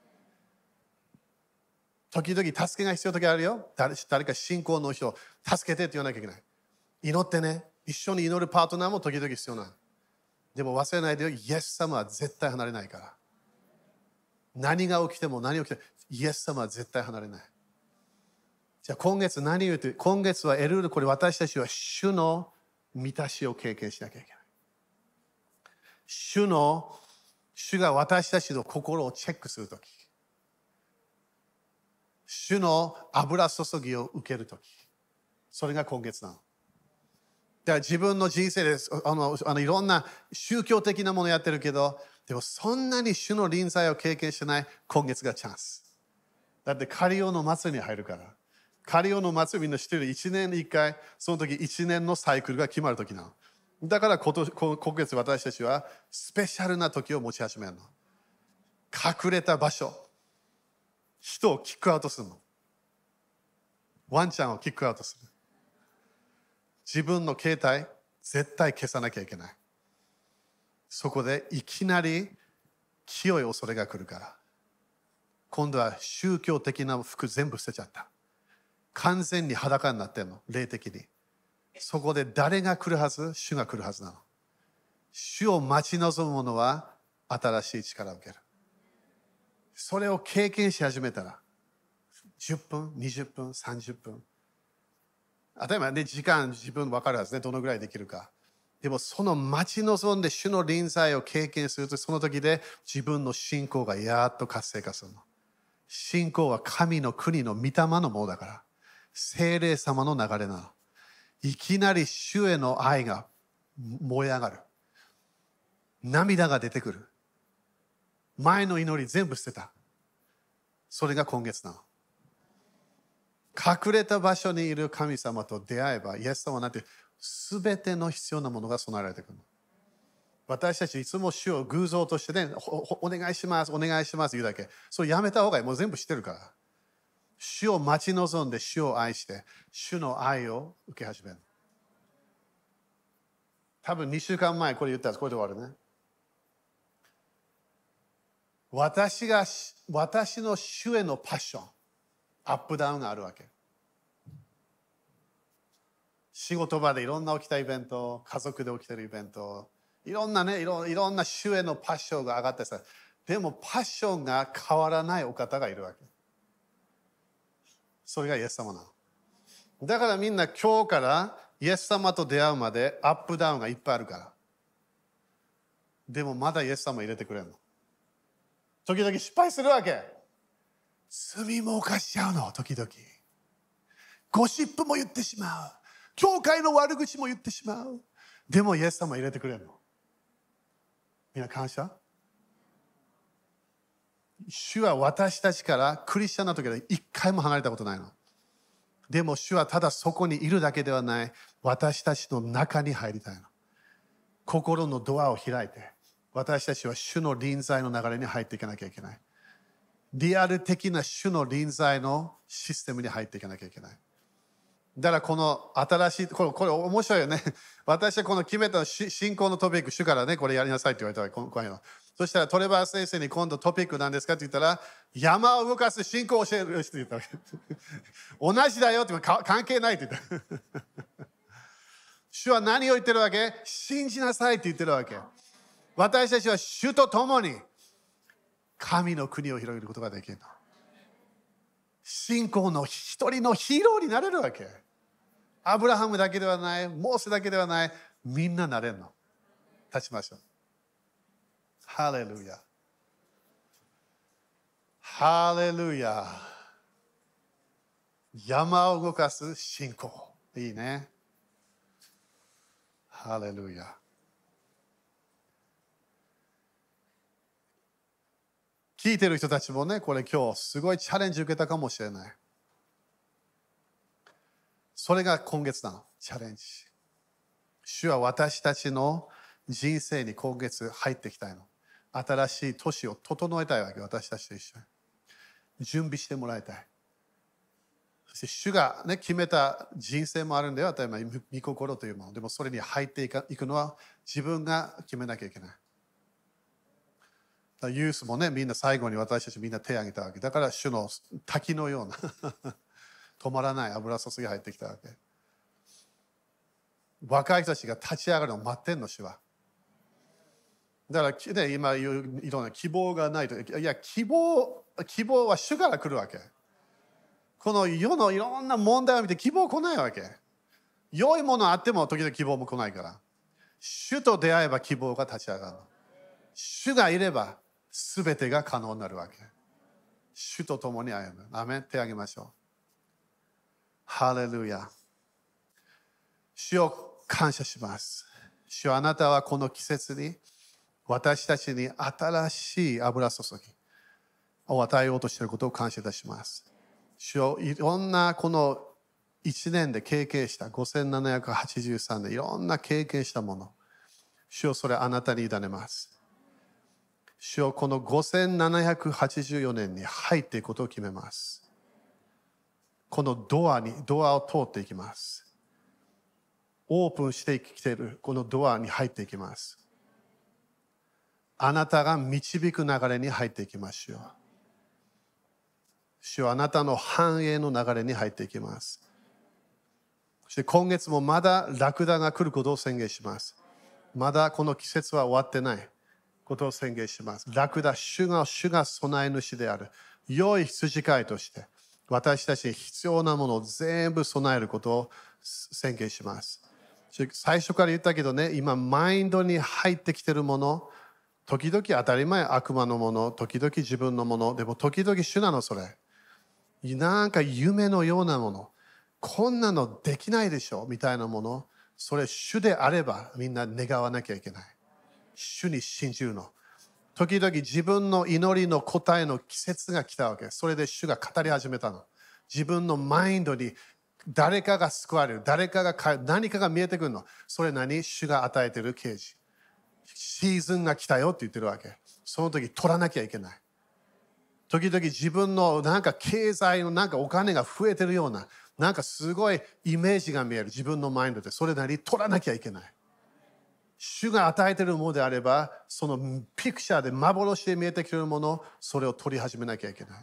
時々助けが必要な時あるよ。誰か信仰の人を助けてって言わなきゃいけない。祈ってね。一緒に祈るパートナーも時々必要なの。でも忘れないでよ。イエス様は絶対離れないから。何が起きても何が起きてもイエス様は絶対離れない。じゃあ今月何言うと、今月はエルール、これ私たちは主の満たしを経験しなきゃいけない。主が私たちの心をチェックするとき。主の油注ぎを受けるとき。それが今月なの。だから自分の人生でいろんな宗教的なものやってるけど、でもそんなに主の臨在を経験してない今月がチャンス。だってカリオの祭りに入るから。カリオの祭りみんな知ってる。1年に1回、その時1年のサイクルが決まる時なの。だから今月私たちはスペシャルな時を持ち始めるの。隠れた場所。人をキックアウトするの。ワンちゃんをキックアウトする。自分の携帯絶対消さなきゃいけない。そこでいきなり清い恐れが来るから。今度は宗教的な服全部捨てちゃった。完全に裸になってんの、霊的に。そこで誰が来るはず？主が来るはずなの。主を待ち望む者は新しい力を受ける。それを経験し始めたら、10分、20分、30分。当たり前ね、時間自分分かるはずね、どのぐらいできるか。でもその待ち望んで主の臨在を経験すると、その時で自分の信仰がやっと活性化するの。信仰は神の国の御霊のものだから、聖霊様の流れなの。いきなり主への愛が燃え上がる。涙が出てくる。前の祈り全部捨てた。それが今月なの。隠れた場所にいる神様と出会えば、イエス様なんて全ての必要なものが備えられてくるの。私たちいつも主を偶像としてね、お願いします、お願いします言うだけ。それやめた方がいい。もう全部知ってるから。主を待ち望んで、主を愛して、主の愛を受け始める。多分2週間前これ言ったらこれで終わるね。私の主へのパッション、アップダウンがあるわけ。仕事場でいろんな起きたイベント、家族で起きてるイベント、いろんな主へのパッションが上がってさ、でもパッションが変わらないお方がいるわけ。それがイエス様なの。だからみんな今日からイエス様と出会うまでアップダウンがいっぱいあるから。でもまだイエス様入れてくれるの。時々失敗するわけ。罪も犯しちゃうの、時々。ゴシップも言ってしまう。教会の悪口も言ってしまう。でもイエス様入れてくれるの。みんな感謝？主は私たちからクリスチャンの時は一回も離れたことないの。でも主はただそこにいるだけではない。私たちの中に入りたいの。心のドアを開いて、私たちは主の臨在の流れに入っていかなきゃいけない。リアル的な主の臨在のシステムに入っていかなきゃいけない。だからこの新しい、これ面白いよね。私はこの決めた信仰のトピック、主からね、これやりなさいって言われたわけ、こういうの。そしたらトレバー先生に今度トピックなんですかって言ったら、山を動かす信仰を教えるって言ったわけ。同じだよって言ったら関係ないって言った。主は何を言ってるわけ？信じなさいって言ってるわけ。私たちは主と共に神の国を広げることができるの。信仰の一人のヒーローになれるわけ。アブラハムだけではない、モーセだけではない、みんななれるの。立ちましょう。ハレルヤ。ハレルヤ。山を動かす信仰。いいね。ハレルヤ。聞いてる人たちもね、これ今日すごいチャレンジ受けたかもしれない。それが今月なの、チャレンジ。主は私たちの人生に今月入ってきたいの。新しい年を整えたいわけ、私たちと一緒に。 準備してもらいたい。そして主が、ね、決めた人生もあるんだよ。当たり前、御心というもの。でもそれに入っていくのは自分が決めなきゃいけない。ユースもね、みんな最後に私たちみんな手を挙げたわけ。だから主の滝のような止まらない油注ぎ入ってきたわけ。若い人たちが立ち上がるのを待ってんの、主は。だから、ね、今いろんな希望がないと。いや、希望は主から来るわけ。この世のいろんな問題を見て希望来ないわけ。良いものあっても時々希望も来ないから。主と出会えば希望が立ち上がる。主がいれば全てが可能になるわけ。主と共に歩む。アメン。手を挙げましょう。ハレルヤ。主を感謝します。主よ、あなたはこの季節に私たちに新しい油注ぎを与えようとしていることを感謝いたします。主よ、いろんなこの1年で経験した5783年いろんな経験したもの、主よ、それあなたに委ねます。主よ、この5784年に入っていくことを決めます。このドアを通っていきます。オープンしてきているこのドアに入っていきます。あなたが導く流れに入っていきましょう。主はあなたの繁栄の流れに入っていきます。そして今月もまだラクダが来ることを宣言します。まだこの季節は終わってないことを宣言します。ラクダ、主が備え主である。良い羊飼いとして私たちに必要なものを全部備えることを宣言します。最初から言ったけどね、今マインドに入ってきているもの、時々当たり前悪魔のもの、時々自分のもの、でも時々主なのそれ。なんか夢のようなもの、こんなのできないでしょみたいなもの、それ主であればみんな願わなきゃいけない。主に信じるの。時々自分の祈りの答えの季節が来たわけ。それで主が語り始めたの。自分のマインドに誰かが救われる、何かが見えてくるの。それ何？主が与えている啓示。シーズンが来たよって言ってるわけ。その時取らなきゃいけない。時々自分のなんか経済のなんかお金が増えてるような、なんかすごいイメージが見える自分のマインドで、それなり取らなきゃいけない。主が与えているものであれば、そのピクチャーで幻で見えてきているもの、それを取り始めなきゃいけない。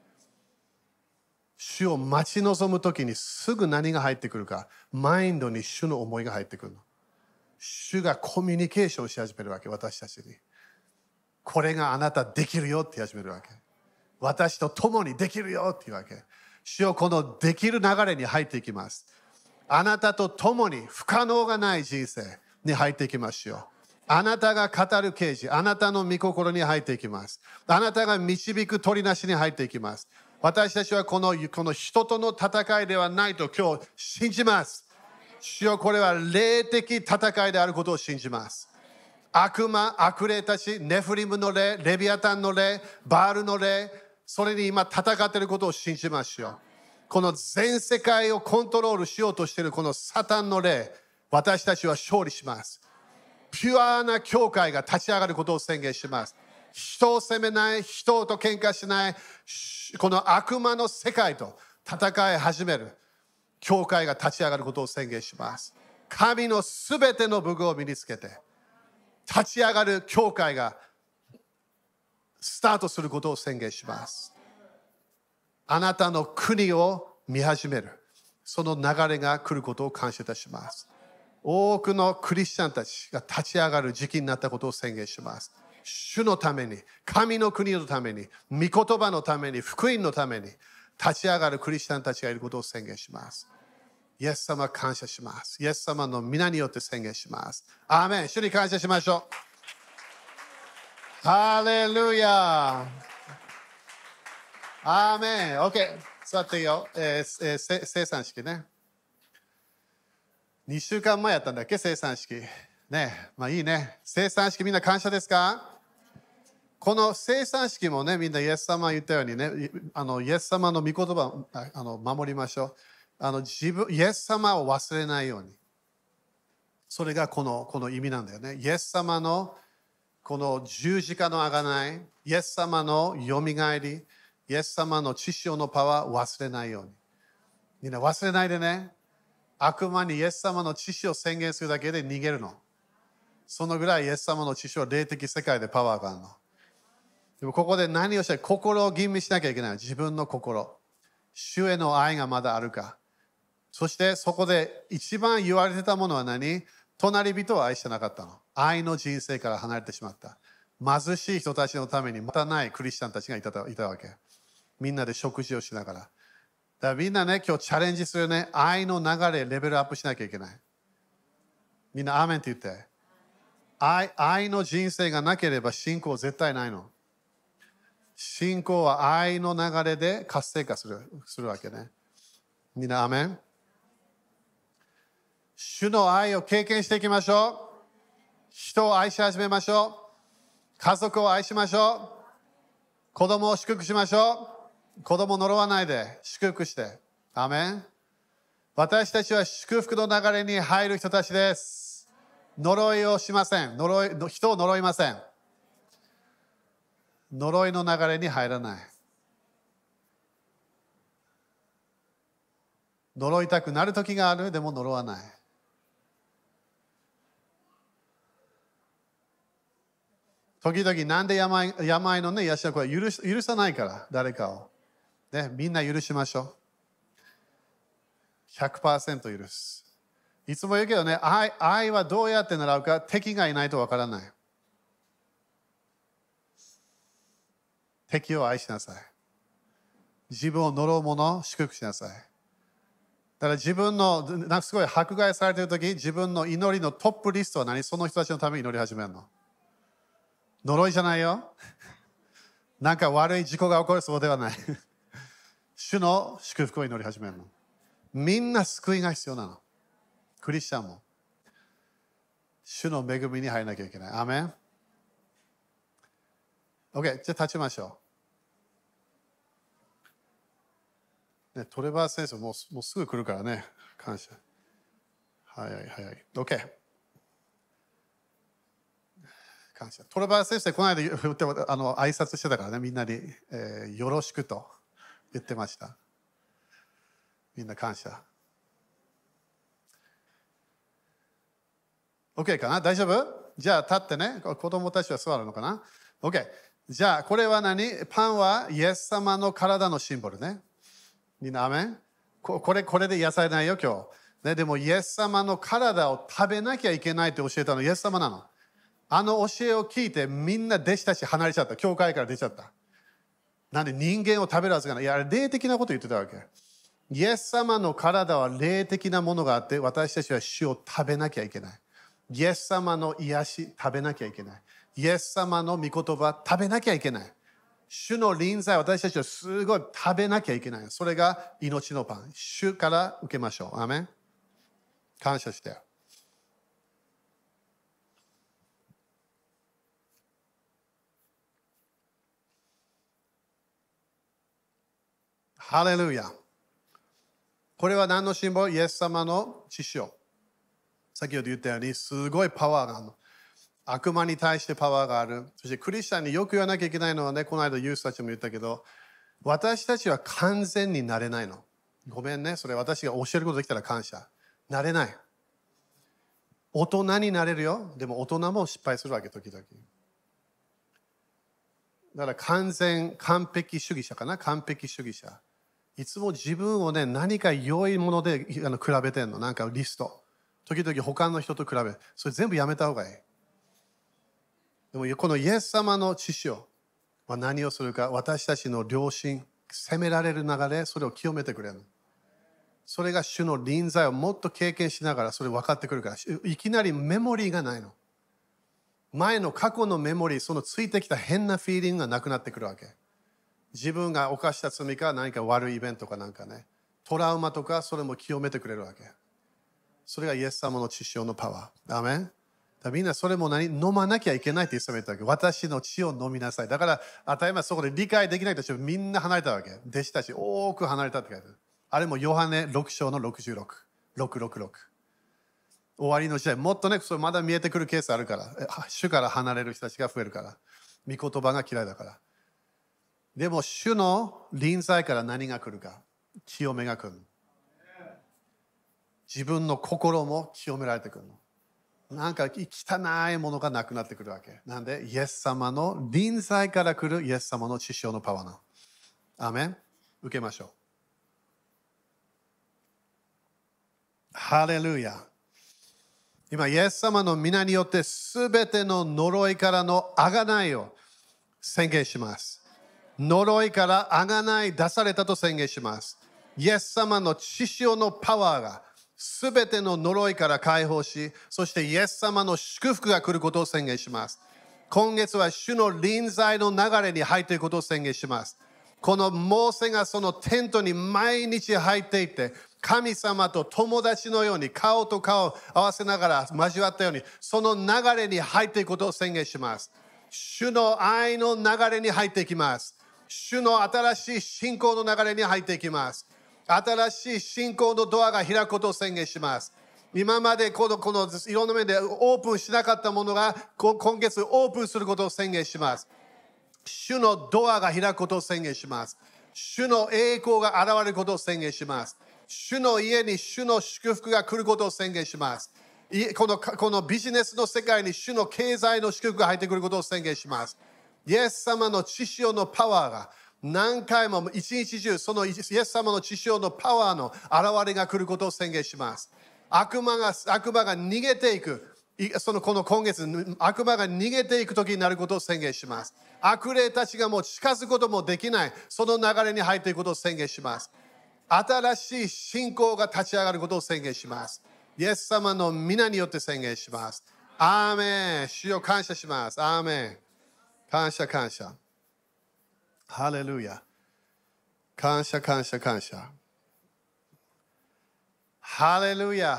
主を待ち望む時にすぐ何が入ってくるか、マインドに主の思いが入ってくるの。主がコミュニケーションし始めるわけ、私たちに。これがあなたできるよって言い始めるわけ。私と共にできるよっていうわけ。主よ、このできる流れに入っていきます。あなたと共に不可能がない人生に入っていきましょう。あなたが語る啓示、あなたの御心に入っていきます。あなたが導く取りなしに入っていきます。私たちはこの人との戦いではないと今日信じます。主よ、これは霊的戦いであることを信じます。悪魔、悪霊たち、ネフリムの霊、レビアタンの霊、バールの霊、それに今戦っていることを信じましょう。この全世界をコントロールしようとしているこのサタンの霊、私たちは勝利します。ピュアな教会が立ち上がることを宣言します。人を責めない、人と喧嘩しない、この悪魔の世界と戦い始める教会が立ち上がることを宣言します。神のすべての武具を身につけて立ち上がる教会がスタートすることを宣言します。あなたの国を見始める、その流れが来ることを感謝いたします。多くのクリスチャンたちが立ち上がる時期になったことを宣言します。主のために、神の国のために、御言葉のために、福音のために立ち上がるクリスチャンたちがいることを宣言します。イエス様感謝します。イエス様の皆によって宣言します。アーメン。主に感謝しましょう。ハレルヤ。アーメン。OK。座っていいよ。生産式ね。2週間前やったんだっけ、生産式。ね、まあいいね。生産式みんな感謝ですか？この生産式もね、みんなイエス様言ったようにね、イエス様の御言葉を守りましょう。イエス様を忘れないように。それがこの意味なんだよね。イエス様のこの十字架の贖い、イエス様のよみがえり、 イエス様の血潮のパワーを忘れないように。みんな忘れないでね。悪魔にイエス様の血潮を宣言するだけで逃げるの。そのぐらいイエス様の血潮は霊的世界でパワーがあるの。でもここで何をしたら心を吟味しなきゃいけない。自分の心。主への愛がまだあるか。そしてそこで一番言われてたものは何？隣人を愛してなかったの。愛の人生から離れてしまった。貧しい人たちのためにまたないクリスチャンたちがいたわけ。みんなで食事をしながら。だからみんなね、今日チャレンジするね、愛の流れ、レベルアップしなきゃいけない。みんなアーメンって言って。愛の人生がなければ信仰絶対ないの。信仰は愛の流れで活性化するわけね。みんなアーメン。主の愛を経験していきましょう。人を愛し始めましょう。家族を愛しましょう。子供を祝福しましょう。子供を呪わないで祝福して。アーメン。私たちは祝福の流れに入る人たちです。呪いをしません。人を呪いません。呪いの流れに入らない。呪いたくなる時がある。でも呪わない。時々なんで病のね、癒しはこれ許さないから、誰かを。ね、みんな許しましょう。100% 許す。いつも言うけどね、愛はどうやって習うか、敵がいないとわからない。敵を愛しなさい。自分を呪う者を祝福しなさい。だから自分の、なんかすごい迫害されているとき、自分の祈りのトップリストは何？その人たちのために祈り始めるの。呪いじゃないよ。なんか悪い事故が起こるそうではない。主の祝福を祈り始めるの。みんな救いが必要なの。クリスチャンも。主の恵みに入らなきゃいけない。アーメン。OK、じゃあ立ちましょう。ね、トレバー先生もうすぐ来るからね。感謝。早い。OK。感謝。トレバー先生、この間挨拶してたからね、みんなに、よろしくと言ってました。みんな感謝。OK かな？大丈夫？じゃあ立ってね、子供たちは座るのかな？ OK。じゃあこれは何？パンはイエス様の体のシンボルね。みんなアメン？これで癒されないよ今日。ね、でもイエス様の体を食べなきゃいけないって教えたのイエス様なの。あの教えを聞いてみんな弟子たち離れちゃった。教会から出ちゃった。なんで人間を食べるはずがない。いや、霊的なこと言ってたわけ。イエス様の体は霊的なものがあって、私たちは主を食べなきゃいけない。イエス様の癒し食べなきゃいけない。イエス様の御言葉食べなきゃいけない。主の臨在私たちはすごい食べなきゃいけない。それが命のパン。主から受けましょう。アーメン。感謝して。ハレルヤ。これは何のシンボル？イエス様の血潮。先ほど言ったようにすごいパワーがあるの。悪魔に対してパワーがある。そしてクリスチャンによく言わなきゃいけないのはね、この間ユースたちも言ったけど、私たちは完全になれないの。ごめんね、それ私が教えることできたら感謝。なれない。大人になれるよ。でも大人も失敗するわけ、時々。だから完璧主義者かな、完璧主義者。いつも自分をね、何か良いもので比べてんの。なんかリスト。時々他の人と比べる。それ全部やめた方がいい。でもこのイエス様の血潮は何をするか。私たちの良心、責められる流れ、それを清めてくれるの。それが主の臨在をもっと経験しながらそれ分かってくるから。いきなりメモリーがないの。前の過去のメモリー、そのついてきた変なフィーリングがなくなってくるわけ。自分が犯した罪か何か悪いイベントかなんかね、トラウマとかそれも清めてくれるわけ。それがイエス様の血潮のパワー。アーメン。みんなそれも飲まなきゃいけないって言ってたわけ。私の血を飲みなさい。だから当たり前そこで理解できない人たちみんな離れたわけ。弟子たち多く離れたって書いてある。あれもヨハネ6章の66。666。終わりの時代、もっとね、それまだ見えてくるケースあるから。主から離れる人たちが増えるから。御言葉が嫌いだから。 でも主の臨在から何が来るか、清めが来る。自分の心も清められてくるの。なんか汚いものがなくなってくるわけ。なんで、イエス様の臨在から来るイエス様の血潮のパワーなの。アーメン。受けましょう。ハレルヤ。今、イエス様の皆によってすべての呪いからの贖いを宣言します。呪いから贖い出されたと宣言します。イエス様の血潮のパワーがすべての呪いから解放し、そしてイエス様の祝福が来ることを宣言します。今月は主の臨在の流れに入っていくことを宣言します。このモーセがそのテントに毎日入っていって、神様と友達のように顔と顔を合わせながら交わったように、その流れに入っていくことを宣言します。主の愛の流れに入っていきます。主の新しい信仰の流れに入っていきます。新しい信仰のドアが開くことを宣言します。今までこのいろんな面でオープンしなかったものが今月オープンすることを宣言します。主のドアが開くことを宣言します。主の栄光が現れることを宣言します。主の家に主の祝福が来ることを宣言します。このビジネスの世界に主の経済の祝福が入ってくることを宣言します。イエス様の血潮のパワーが何回も一日中そのイエス様の血潮のパワーの現れが来ることを宣言します。悪魔が逃げていく。この今月、悪魔が逃げていく時になることを宣言します。悪霊たちがもう近づくこともできない、その流れに入っていくことを宣言します。新しい信仰が立ち上がることを宣言します。イエス様の皆によって宣言します。アーメン。主を感謝します。アーメン。感謝感謝。ハレルヤ。感謝感謝感謝。ハレルヤ。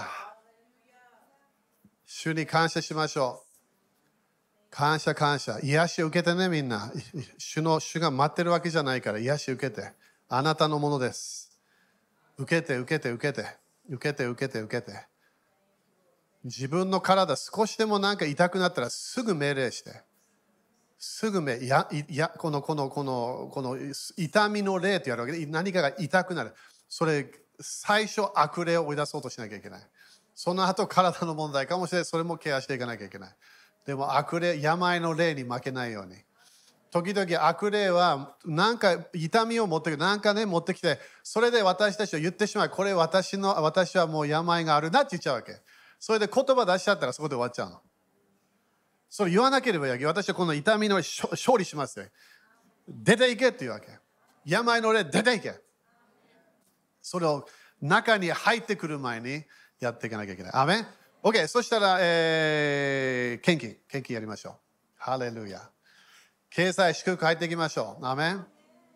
主に感謝しましょう。感謝感謝。癒し受けてね、みんな。主が待ってるわけじゃないから癒し受けて。あなたのものです。受けて受けて受けて。受けて受けて受けて。自分の体少しでもなんか痛くなったらすぐ命令して。すぐこの痛みの霊とやるわけで何かが痛くなる。それ最初悪霊を追い出そうとしなきゃいけない。その後体の問題かもしれない。それもケアしていかなきゃいけない。でも悪霊、病の霊に負けないように。時々悪霊はなんか痛みを持ってきて、なんかね持ってきて、それで私たちを言ってしまう。これ私はもう病があるなって言っちゃうわけ。それで言葉出しちゃったらそこで終わっちゃうの。それ言わなければいいわけ。私はこの痛みの勝利しますよ。出ていけっていうわけ。病の霊出ていけ。それを中に入ってくる前にやっていかなきゃいけない。アメン。OK。そしたら、献金やりましょう。ハレルヤ。経済祝福入っていきましょう。アメン。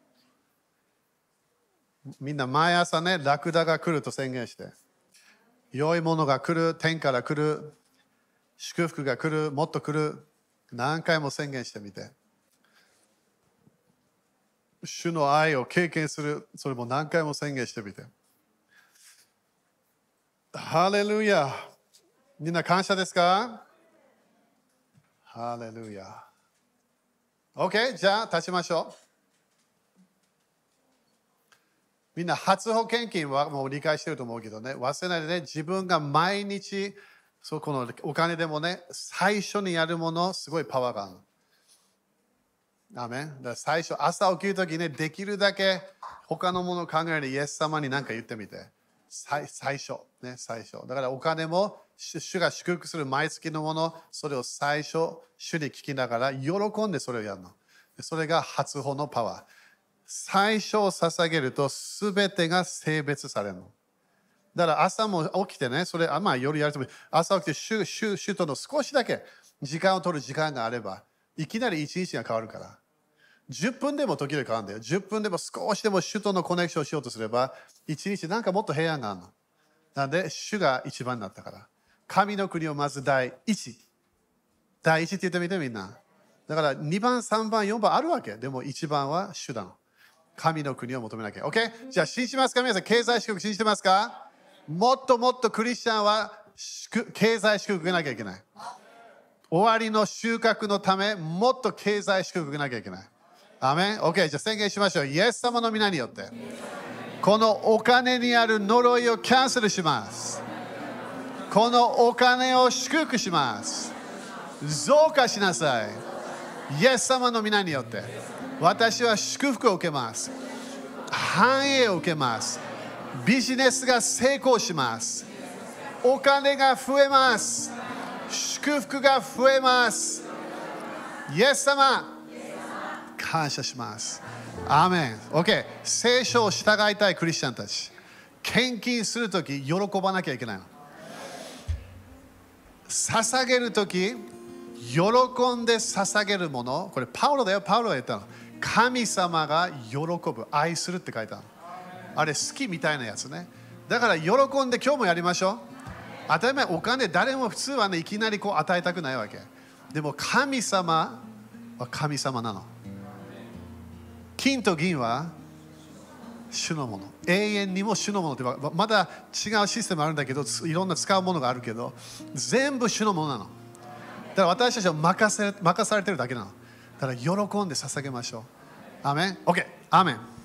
みんな毎朝ね、ラクダが来ると宣言して。良いものが来る、天から来る、祝福が来る、もっと来る。何回も宣言してみて。主の愛を経験する、それも何回も宣言してみて。ハレルヤ。みんな感謝ですか？ハレルヤ。OK、じゃあ立ちましょう。みんな初保険金はもう理解してると思うけどね、忘れないでね、自分が毎日、このお金でもね、最初にやるもの、すごいパワーがあるの。アメン。だから最初、朝起きるときね、できるだけ他のものを考えるイエス様に何か言ってみて。最初。だからお金も主が祝福する毎月のもの、それを最初、主に聞きながら喜んでそれをやるの。それが初歩のパワー。最初を捧げると全てが性別されるの。だから朝も起きてね、それ、夜やると朝起きて主との少しだけ時間を取る時間があれば、いきなり一日が変わるから。10分でも時々変わるんだよ。10分でも少しでも主とのコネクションをしようとすれば、一日なんかもっと平安があるの。なんで、主が一番になったから。神の国をまず第一。第一って言ってみてみんな。だから2番、3番、4番あるわけ。でも1番は主だの。神の国を求めなきゃ。OK？ じゃあ信じますか皆さん、経済祝福信じてますか？もっともっとクリスチャンは経済祝福受けなきゃいけない。終わりの収穫のため、もっと経済祝福受けなきゃいけない。 アメン。 OK、じゃあ宣言しましょう。イエス様の皆によって、このお金にある呪いをキャンセルします。このお金を祝福します。増加しなさい。イエス様の皆によって、私は祝福を受けます。繁栄を受けます。ビジネスが成功します。お金が増えます。祝福が増えます。イエス様、感謝します。アーメン。OK。聖書を従いたいクリスチャンたち、献金するとき喜ばなきゃいけないの。捧げるとき、喜んで捧げるもの、これパウロだよ、パウロが言ったの。神様が喜ぶ、愛するって書いてある。あれ好きみたいなやつね。だから喜んで今日もやりましょう。当たり前、お金誰も普通はね、いきなりこう与えたくないわけ。でも神様は神様なの。金と銀は主のもの。永遠にも主のものって、まだ違うシステムあるんだけど、いろんな使うものがあるけど、全部主のものなの。だから私たちは任されてるだけなの。だから喜んで捧げましょう。アーメン。 OK。アーメン。